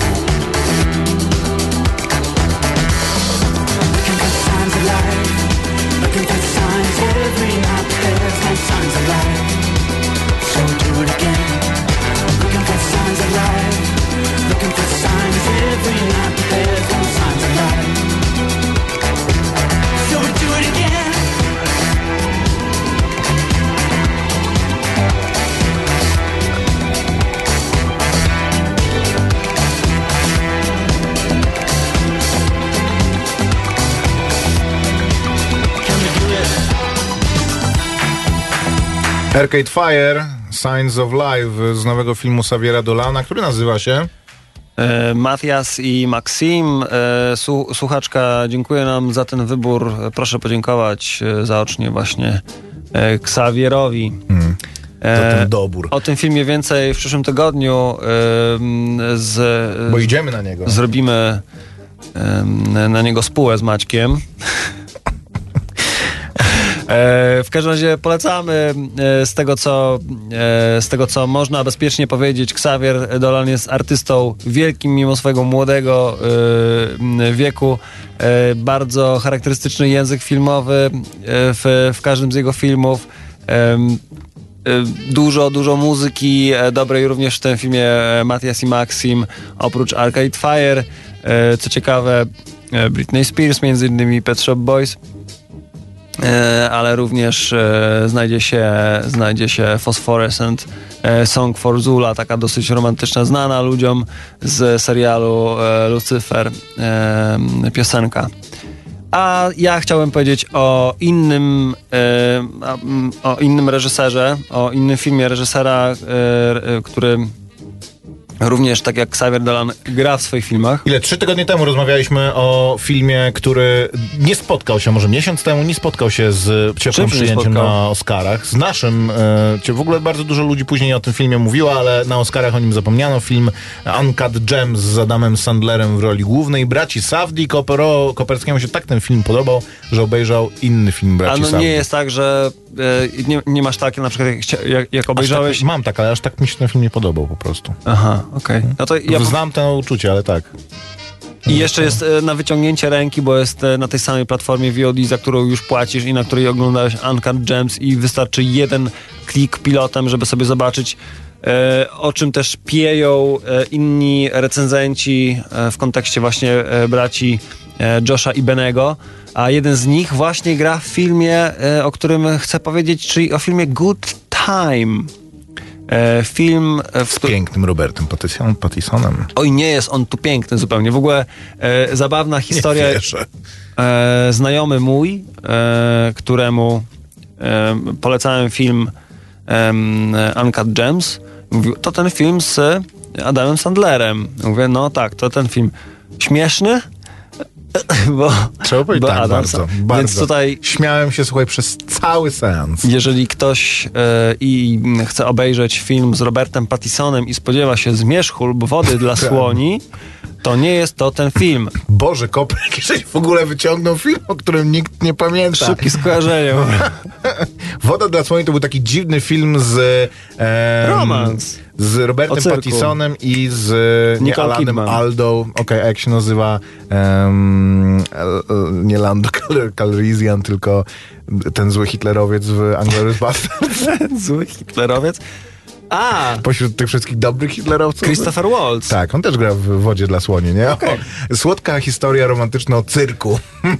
[SPEAKER 8] Looking for signs of life. Looking for signs every night, but there's no signs of life. So we do it again. Looking for signs of life. Looking for signs every night, but there's no signs of life. So we do it again.
[SPEAKER 3] Arcade Fire, Signs of Life z nowego filmu Xaviera Dolana, który nazywa się...
[SPEAKER 2] Matias i Maxim. Słuchaczka dziękuję nam za ten wybór. Proszę podziękować zaocznie właśnie Xavierowi.
[SPEAKER 3] Za ten dobór.
[SPEAKER 2] O tym filmie więcej w przyszłym tygodniu.
[SPEAKER 3] Bo idziemy na niego.
[SPEAKER 2] Zrobimy na niego spółę z Maćkiem. W każdym razie polecamy. Z tego co można bezpiecznie powiedzieć, Xavier Dolan jest artystą wielkim mimo swojego młodego wieku. Bardzo charakterystyczny język filmowy w każdym z jego filmów. Dużo muzyki dobrej również w tym filmie Matias i Maxim, oprócz Arcade Fire. Co ciekawe, Britney Spears, między innymi Pet Shop Boys. Ale również znajdzie się Phosphorescent Song for Zula, taka dosyć romantyczna, znana ludziom z serialu Lucyfer piosenka. A ja chciałem powiedzieć o innym reżyserze, o innym filmie reżysera, który również, tak jak Xavier Dolan, gra w swoich filmach.
[SPEAKER 3] 3 tygodnie temu rozmawialiśmy o filmie, który nie spotkał się, może miesiąc temu, nie spotkał się z ciepłym przyjęciem na Oscarach. Z naszym, w ogóle bardzo dużo ludzi później o tym filmie mówiło, ale na Oscarach o nim zapomniano. Film Uncut Gems z Adamem Sandlerem w roli głównej. Braci Safdie. Koperskiemu się tak ten film podobał, że obejrzał inny film Braci Safdie.
[SPEAKER 2] Nie jest tak, że nie masz tak, na przykład jak obejrzałeś...
[SPEAKER 3] Tak, mam tak, ale aż tak mi się ten film nie podobał po prostu.
[SPEAKER 2] Aha, okej. No to
[SPEAKER 3] ja znam to uczucie, ale tak.
[SPEAKER 2] I jeszcze jest na wyciągnięcie ręki, bo jest na tej samej platformie VOD, za którą już płacisz i na której oglądałeś Uncut Gems i wystarczy jeden klik pilotem, żeby sobie zobaczyć, o czym też pieją inni recenzenci w kontekście właśnie braci Josha i Benego, a jeden z nich właśnie gra w filmie, o którym chcę powiedzieć, czyli o filmie Good Time. Film
[SPEAKER 3] z pięknym Robertem Pattisonem.
[SPEAKER 2] Oj, nie jest on tu piękny zupełnie. W ogóle zabawna historia. Znajomy mój, któremu polecałem film Uncut Gems, mówił, to ten film z Adamem Sandlerem. Mówię, no tak, to ten film. Śmieszny?
[SPEAKER 3] Trzeba powiedzieć, tak, bardzo.
[SPEAKER 2] Więc tutaj
[SPEAKER 3] śmiałem się, słuchaj, przez cały seans.
[SPEAKER 2] Jeżeli ktoś i chce obejrzeć film z Robertem Pattisonem i spodziewa się zmierzchu lub wody dla słoni, to nie jest to ten film.
[SPEAKER 3] Boże, Koprek, jeżeli w ogóle wyciągnął film, o którym nikt nie pamięta.
[SPEAKER 2] Szybkie skojarzenie.
[SPEAKER 3] Woda dla słoni to był taki dziwny film z...
[SPEAKER 2] Romans.
[SPEAKER 3] Z Robertem Pattisonem i z Alanem Aldą. Okej, a jak się nazywa? Nie Lando Calrissian, tylko ten zły hitlerowiec w Inglourious Basterds.
[SPEAKER 2] Zły hitlerowiec?
[SPEAKER 3] Pośród tych wszystkich dobrych hitlerowców?
[SPEAKER 2] Christopher Waltz.
[SPEAKER 3] Tak, on też gra w Wodzie dla słoni, nie?
[SPEAKER 2] Okay.
[SPEAKER 3] Słodka historia romantyczna o cyrku.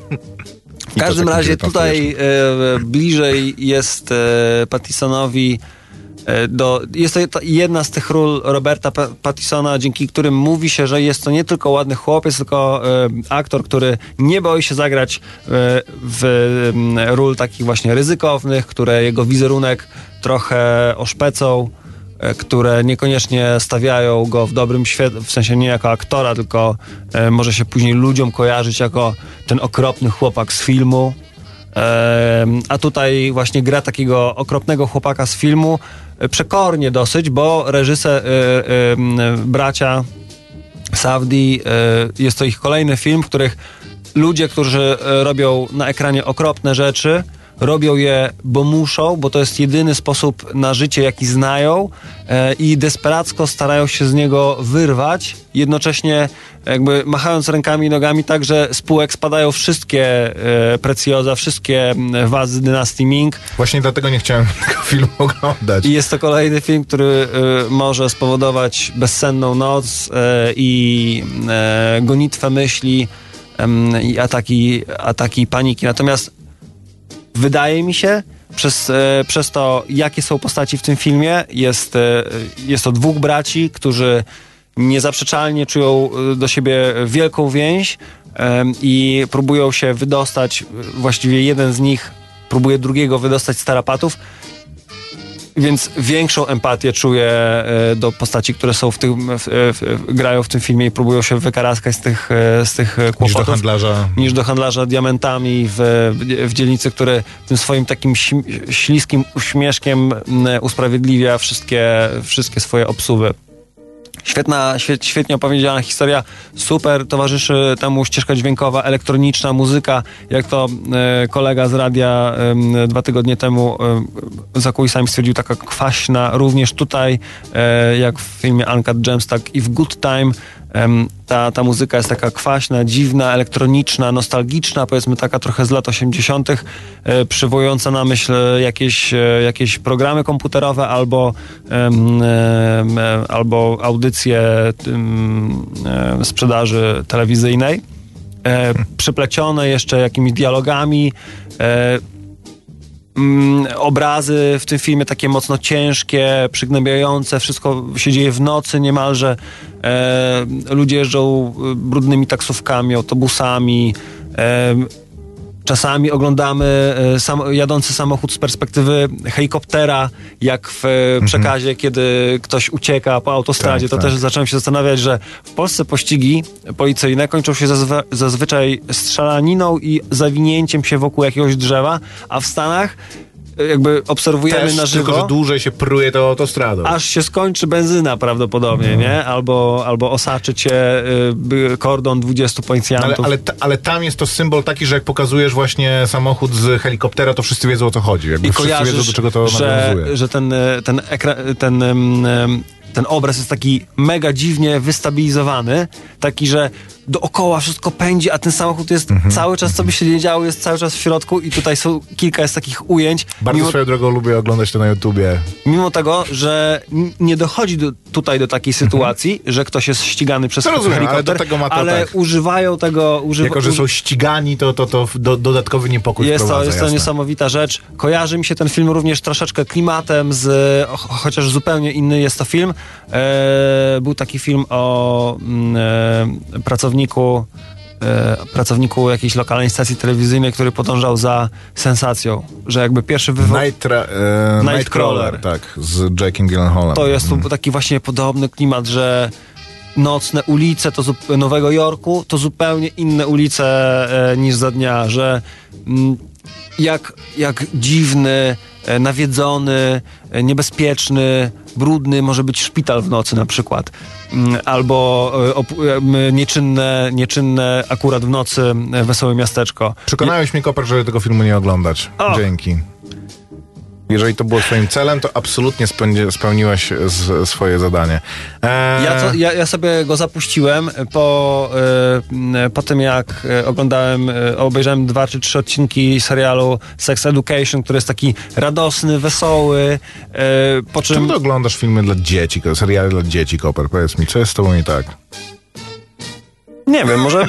[SPEAKER 2] W każdym razie tutaj bliżej jest Pattisonowi jest to jedna z tych ról Roberta Pattisona, dzięki którym mówi się, że jest to nie tylko ładny chłopiec, tylko aktor, który nie boi się zagrać w ról takich właśnie ryzykownych, które jego wizerunek trochę oszpecą, które niekoniecznie stawiają go w dobrym świetle, w sensie nie jako aktora, tylko może się później ludziom kojarzyć jako ten okropny chłopak z filmu. A tutaj właśnie gra takiego okropnego chłopaka z filmu, przekornie dosyć, bo reżyser, bracia Safdie, jest to ich kolejny film, w których ludzie, którzy robią na ekranie okropne rzeczy, robią je, bo muszą, bo to jest jedyny sposób na życie, jaki znają, i desperacko starają się z niego wyrwać, jednocześnie jakby machając rękami i nogami tak, że z półek spadają wszystkie precjoza, wszystkie wazy dynastii Ming.
[SPEAKER 3] Właśnie dlatego nie chciałem tego filmu oglądać.
[SPEAKER 2] I jest to kolejny film, który może spowodować bezsenną noc i gonitwę myśli i ataki paniki. Natomiast wydaje mi się, przez to, jakie są postaci w tym filmie, jest to dwóch braci, którzy niezaprzeczalnie czują do siebie wielką więź i próbują się wydostać, właściwie jeden z nich próbuje drugiego wydostać z tarapatów, więc większą empatię czuję do postaci, które są grają w tym filmie i próbują się wykaraskać z tych kłopotów. Niż do handlarza diamentami w dzielnicy, który tym swoim takim śliskim uśmieszkiem usprawiedliwia wszystkie swoje obsuwy. Świetnie opowiedziana historia, super towarzyszy temu ścieżka dźwiękowa, elektroniczna muzyka, jak to kolega z radia 2 tygodnie temu za kulisami stwierdził, taka kwaśna, również tutaj, jak w filmie Uncut Gems, tak i w Good Time. Ta muzyka jest taka kwaśna, dziwna, elektroniczna, nostalgiczna, powiedzmy taka trochę z lat 80., przywołująca na myśl jakieś programy komputerowe albo audycje sprzedaży telewizyjnej, przyplecione jeszcze jakimiś dialogami, obrazy w tym filmie takie mocno ciężkie, przygnębiające, wszystko się dzieje w nocy niemalże, ludzie jeżdżą brudnymi taksówkami, autobusami, czasami oglądamy jadący samochód z perspektywy helikoptera, jak w Przekazie, kiedy ktoś ucieka po autostradzie. To też zacząłem się zastanawiać, że w Polsce pościgi policyjne kończą się zazwyczaj strzelaniną i zawinięciem się wokół jakiegoś drzewa, a w Stanach jakby obserwujemy
[SPEAKER 3] też,
[SPEAKER 2] na żywo.
[SPEAKER 3] Tylko, że dłużej się pruje tą autostradą.
[SPEAKER 2] Aż się skończy benzyna prawdopodobnie, nie? Albo osaczy cię kordon 20 policjantów.
[SPEAKER 3] Ale tam jest to symbol taki, że jak pokazujesz właśnie samochód z helikoptera, to wszyscy wiedzą, o co chodzi. Jakby
[SPEAKER 2] i
[SPEAKER 3] wszyscy wiedzą, do czego to nawiązuje.
[SPEAKER 2] Że ten obraz jest taki mega dziwnie wystabilizowany, taki, że dookoła wszystko pędzi, a ten samochód jest cały czas, co by się nie działo, jest cały czas w środku i tutaj kilka jest takich ujęć.
[SPEAKER 3] Bardzo swoją drogą lubię oglądać to na YouTubie.
[SPEAKER 2] Mimo tego, że nie dochodzi tutaj do takiej sytuacji, że ktoś jest ścigany przez helikopter,
[SPEAKER 3] ale do tego ma to tak.
[SPEAKER 2] używają tego...
[SPEAKER 3] Jako, że są ścigani, to dodatkowy niepokój wprowadza.
[SPEAKER 2] Jest to niesamowita rzecz. Kojarzy mi się ten film również troszeczkę klimatem, chociaż zupełnie inny jest to film. Był taki film o pracowniku jakiejś lokalnej stacji telewizyjnej, który podążał za sensacją, że jakby pierwszy
[SPEAKER 3] Nightcrawler, tak, z Jake'em Gyllenhaalem.
[SPEAKER 2] To jest tu taki właśnie podobny klimat, że nocne ulice Nowego Jorku to zupełnie inne ulice niż za dnia, że jak dziwny, nawiedzony, niebezpieczny, brudny może być szpital w nocy na przykład. Albo nieczynne akurat w nocy wesołe miasteczko.
[SPEAKER 3] Przekonałeś mnie, Koper, żeby tego filmu nie oglądać. Dzięki. Jeżeli to było twoim celem, to absolutnie spełniłeś swoje zadanie.
[SPEAKER 2] Ja sobie go zapuściłem po tym, jak obejrzałem 2 czy 3 odcinki serialu Sex Education, który jest taki radosny, wesoły. Po czym...
[SPEAKER 3] Czemu ty oglądasz filmy dla dzieci, seriale dla dzieci, Koper? Powiedz mi, co jest z tobą nie tak?
[SPEAKER 2] Nie wiem, może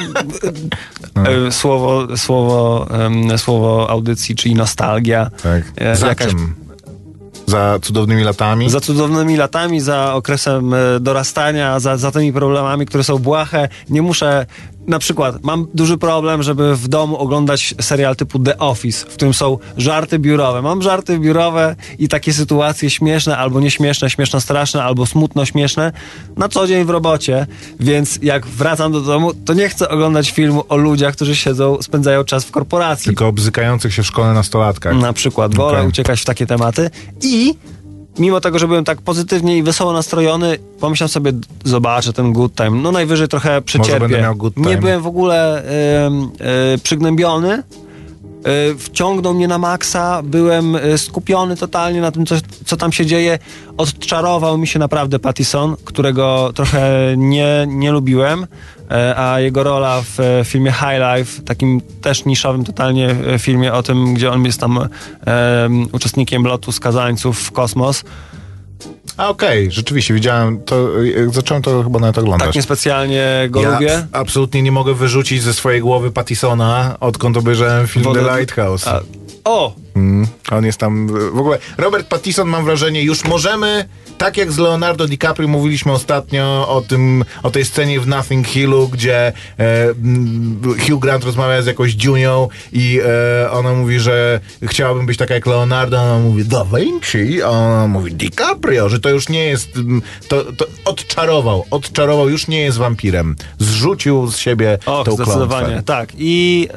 [SPEAKER 2] słowo audycji, czyli nostalgia.
[SPEAKER 3] Tak. Za czym? Za cudownymi latami?
[SPEAKER 2] Za cudownymi latami, za okresem dorastania, za tymi problemami, które są błahe. Nie muszę... Na przykład mam duży problem, żeby w domu oglądać serial typu The Office, w którym są żarty biurowe. Mam żarty biurowe i takie sytuacje śmieszne albo nieśmieszne, śmieszno-straszne albo smutno-śmieszne na co dzień w robocie, więc jak wracam do domu, to nie chcę oglądać filmu o ludziach, którzy spędzają czas w korporacji.
[SPEAKER 3] Tylko o bzykających się w szkole nastolatkach.
[SPEAKER 2] Na przykład. Wolę uciekać w takie tematy i mimo tego, że byłem tak pozytywnie i wesoło nastrojony, pomyślałem sobie, zobaczę ten good time. No najwyżej trochę przecierpię.
[SPEAKER 3] Może będę miał good time.
[SPEAKER 2] Nie byłem w ogóle przygnębiony. Wciągnął mnie na maksa. Byłem skupiony totalnie na tym, co tam się dzieje. Odczarował mi się naprawdę Pattison, którego trochę nie lubiłem. A jego rola w filmie High Life, takim też niszowym totalnie filmie o tym, gdzie on jest tam uczestnikiem lotu skazańców w kosmos.
[SPEAKER 3] Okej, rzeczywiście widziałem to, zacząłem to chyba nawet oglądać.
[SPEAKER 2] Tak niespecjalnie go lubię.
[SPEAKER 3] Absolutnie nie mogę wyrzucić ze swojej głowy Pattisona, odkąd obejrzałem film The Lighthouse. On jest tam w ogóle. Robert Pattison, mam wrażenie, już możemy, tak jak z Leonardo DiCaprio mówiliśmy ostatnio o tej scenie w Nothing Hillu, gdzie Hugh Grant rozmawia z jakąś dziunią i ona mówi, że chciałabym być taka jak Leonardo, ona mówi Da Vinci, a ona mówi DiCaprio, że to już nie jest, to odczarował, już nie jest wampirem. Zrzucił z siebie tą klątwę.
[SPEAKER 2] Zdecydowanie, tak. I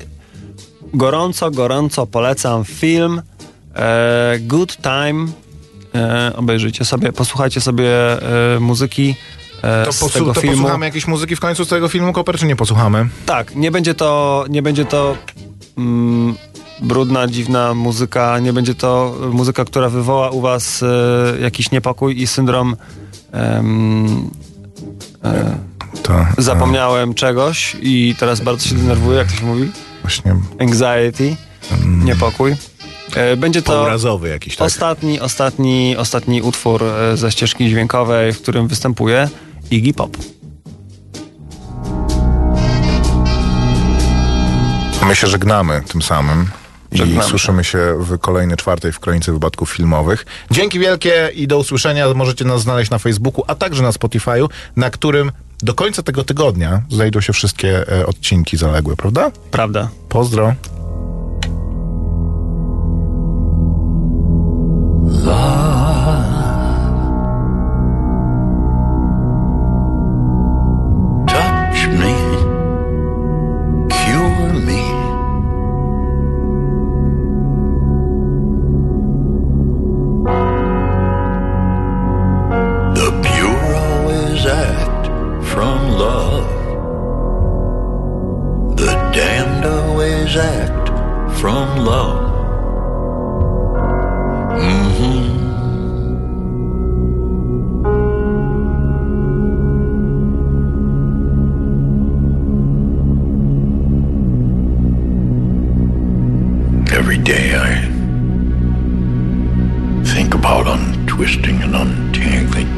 [SPEAKER 2] gorąco polecam film Good Time. Obejrzyjcie sobie, posłuchajcie sobie muzyki z tego filmu.
[SPEAKER 3] Posłuchamy jakiejś muzyki w końcu z tego filmu, Koper, czy nie posłuchamy?
[SPEAKER 2] Tak, nie będzie to brudna, dziwna muzyka, nie będzie to muzyka, która wywoła u was jakiś niepokój i syndrom zapomniałem czegoś i teraz bardzo się denerwuję, jak to się mówi?
[SPEAKER 3] Właśnie.
[SPEAKER 2] Anxiety, niepokój. Będzie to
[SPEAKER 3] pourazowy jakiś, tak?
[SPEAKER 2] ostatni utwór ze ścieżki dźwiękowej, w którym występuje Iggy Pop.
[SPEAKER 3] My się żegnamy tym samym. I słyszymy się w kolejnej 4. w Kronice Wypadków Filmowych. Dzięki wielkie i do usłyszenia. Możecie nas znaleźć na Facebooku, a także na Spotify'u, na którym do końca tego tygodnia znajdą się wszystkie odcinki zaległe, prawda?
[SPEAKER 2] Prawda.
[SPEAKER 3] Pozdro.
[SPEAKER 8] Touch me, cure me. The pure always act from love. The damned always act from love.
[SPEAKER 9] twisting and untangling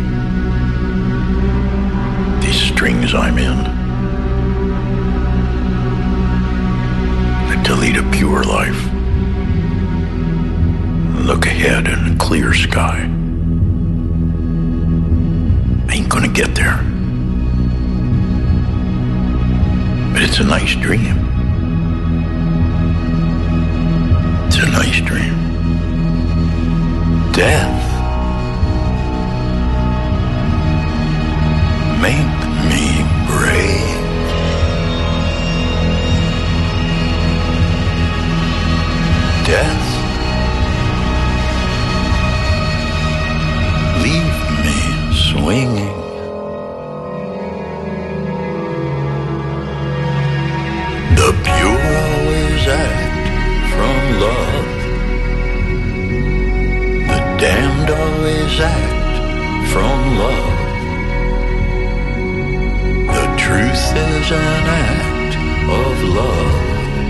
[SPEAKER 9] these strings I'm in that to lead a pure life, look ahead in a clear sky. I ain't gonna get there, but it's a nice dream. It's a nice dream. Death, make me brave. Death, leave me swinging. The pure always act from love. The damned always act from love. The truth is an act of love.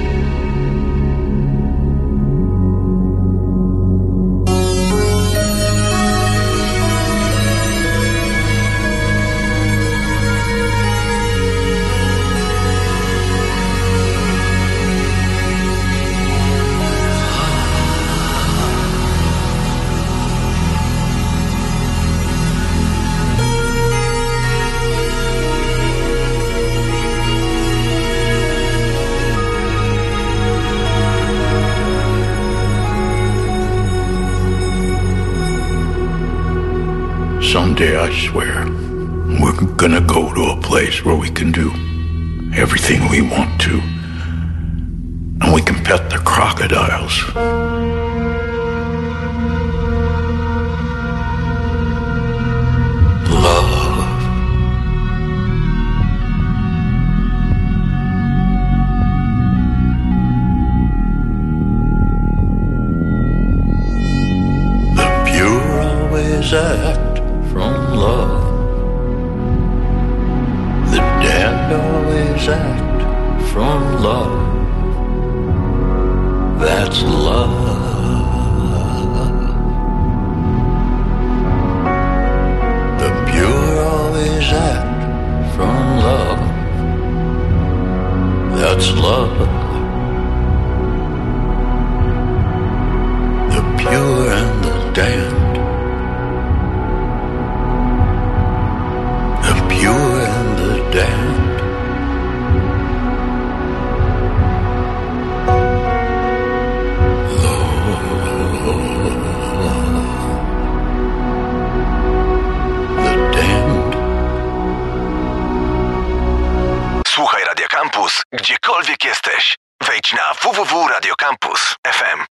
[SPEAKER 9] Someday, I swear, we're gonna go to a place where we can do everything we want to. And we can pet the crocodiles. Love. The pure always act from love. The damned always act from love. That's love. The pure always act from love. That's love. The pure and the damned. Pure and the damned. The damned.
[SPEAKER 6] Słuchaj Radia Campus, gdziekolwiek jesteś. Wejdź na www.radiocampus.fm.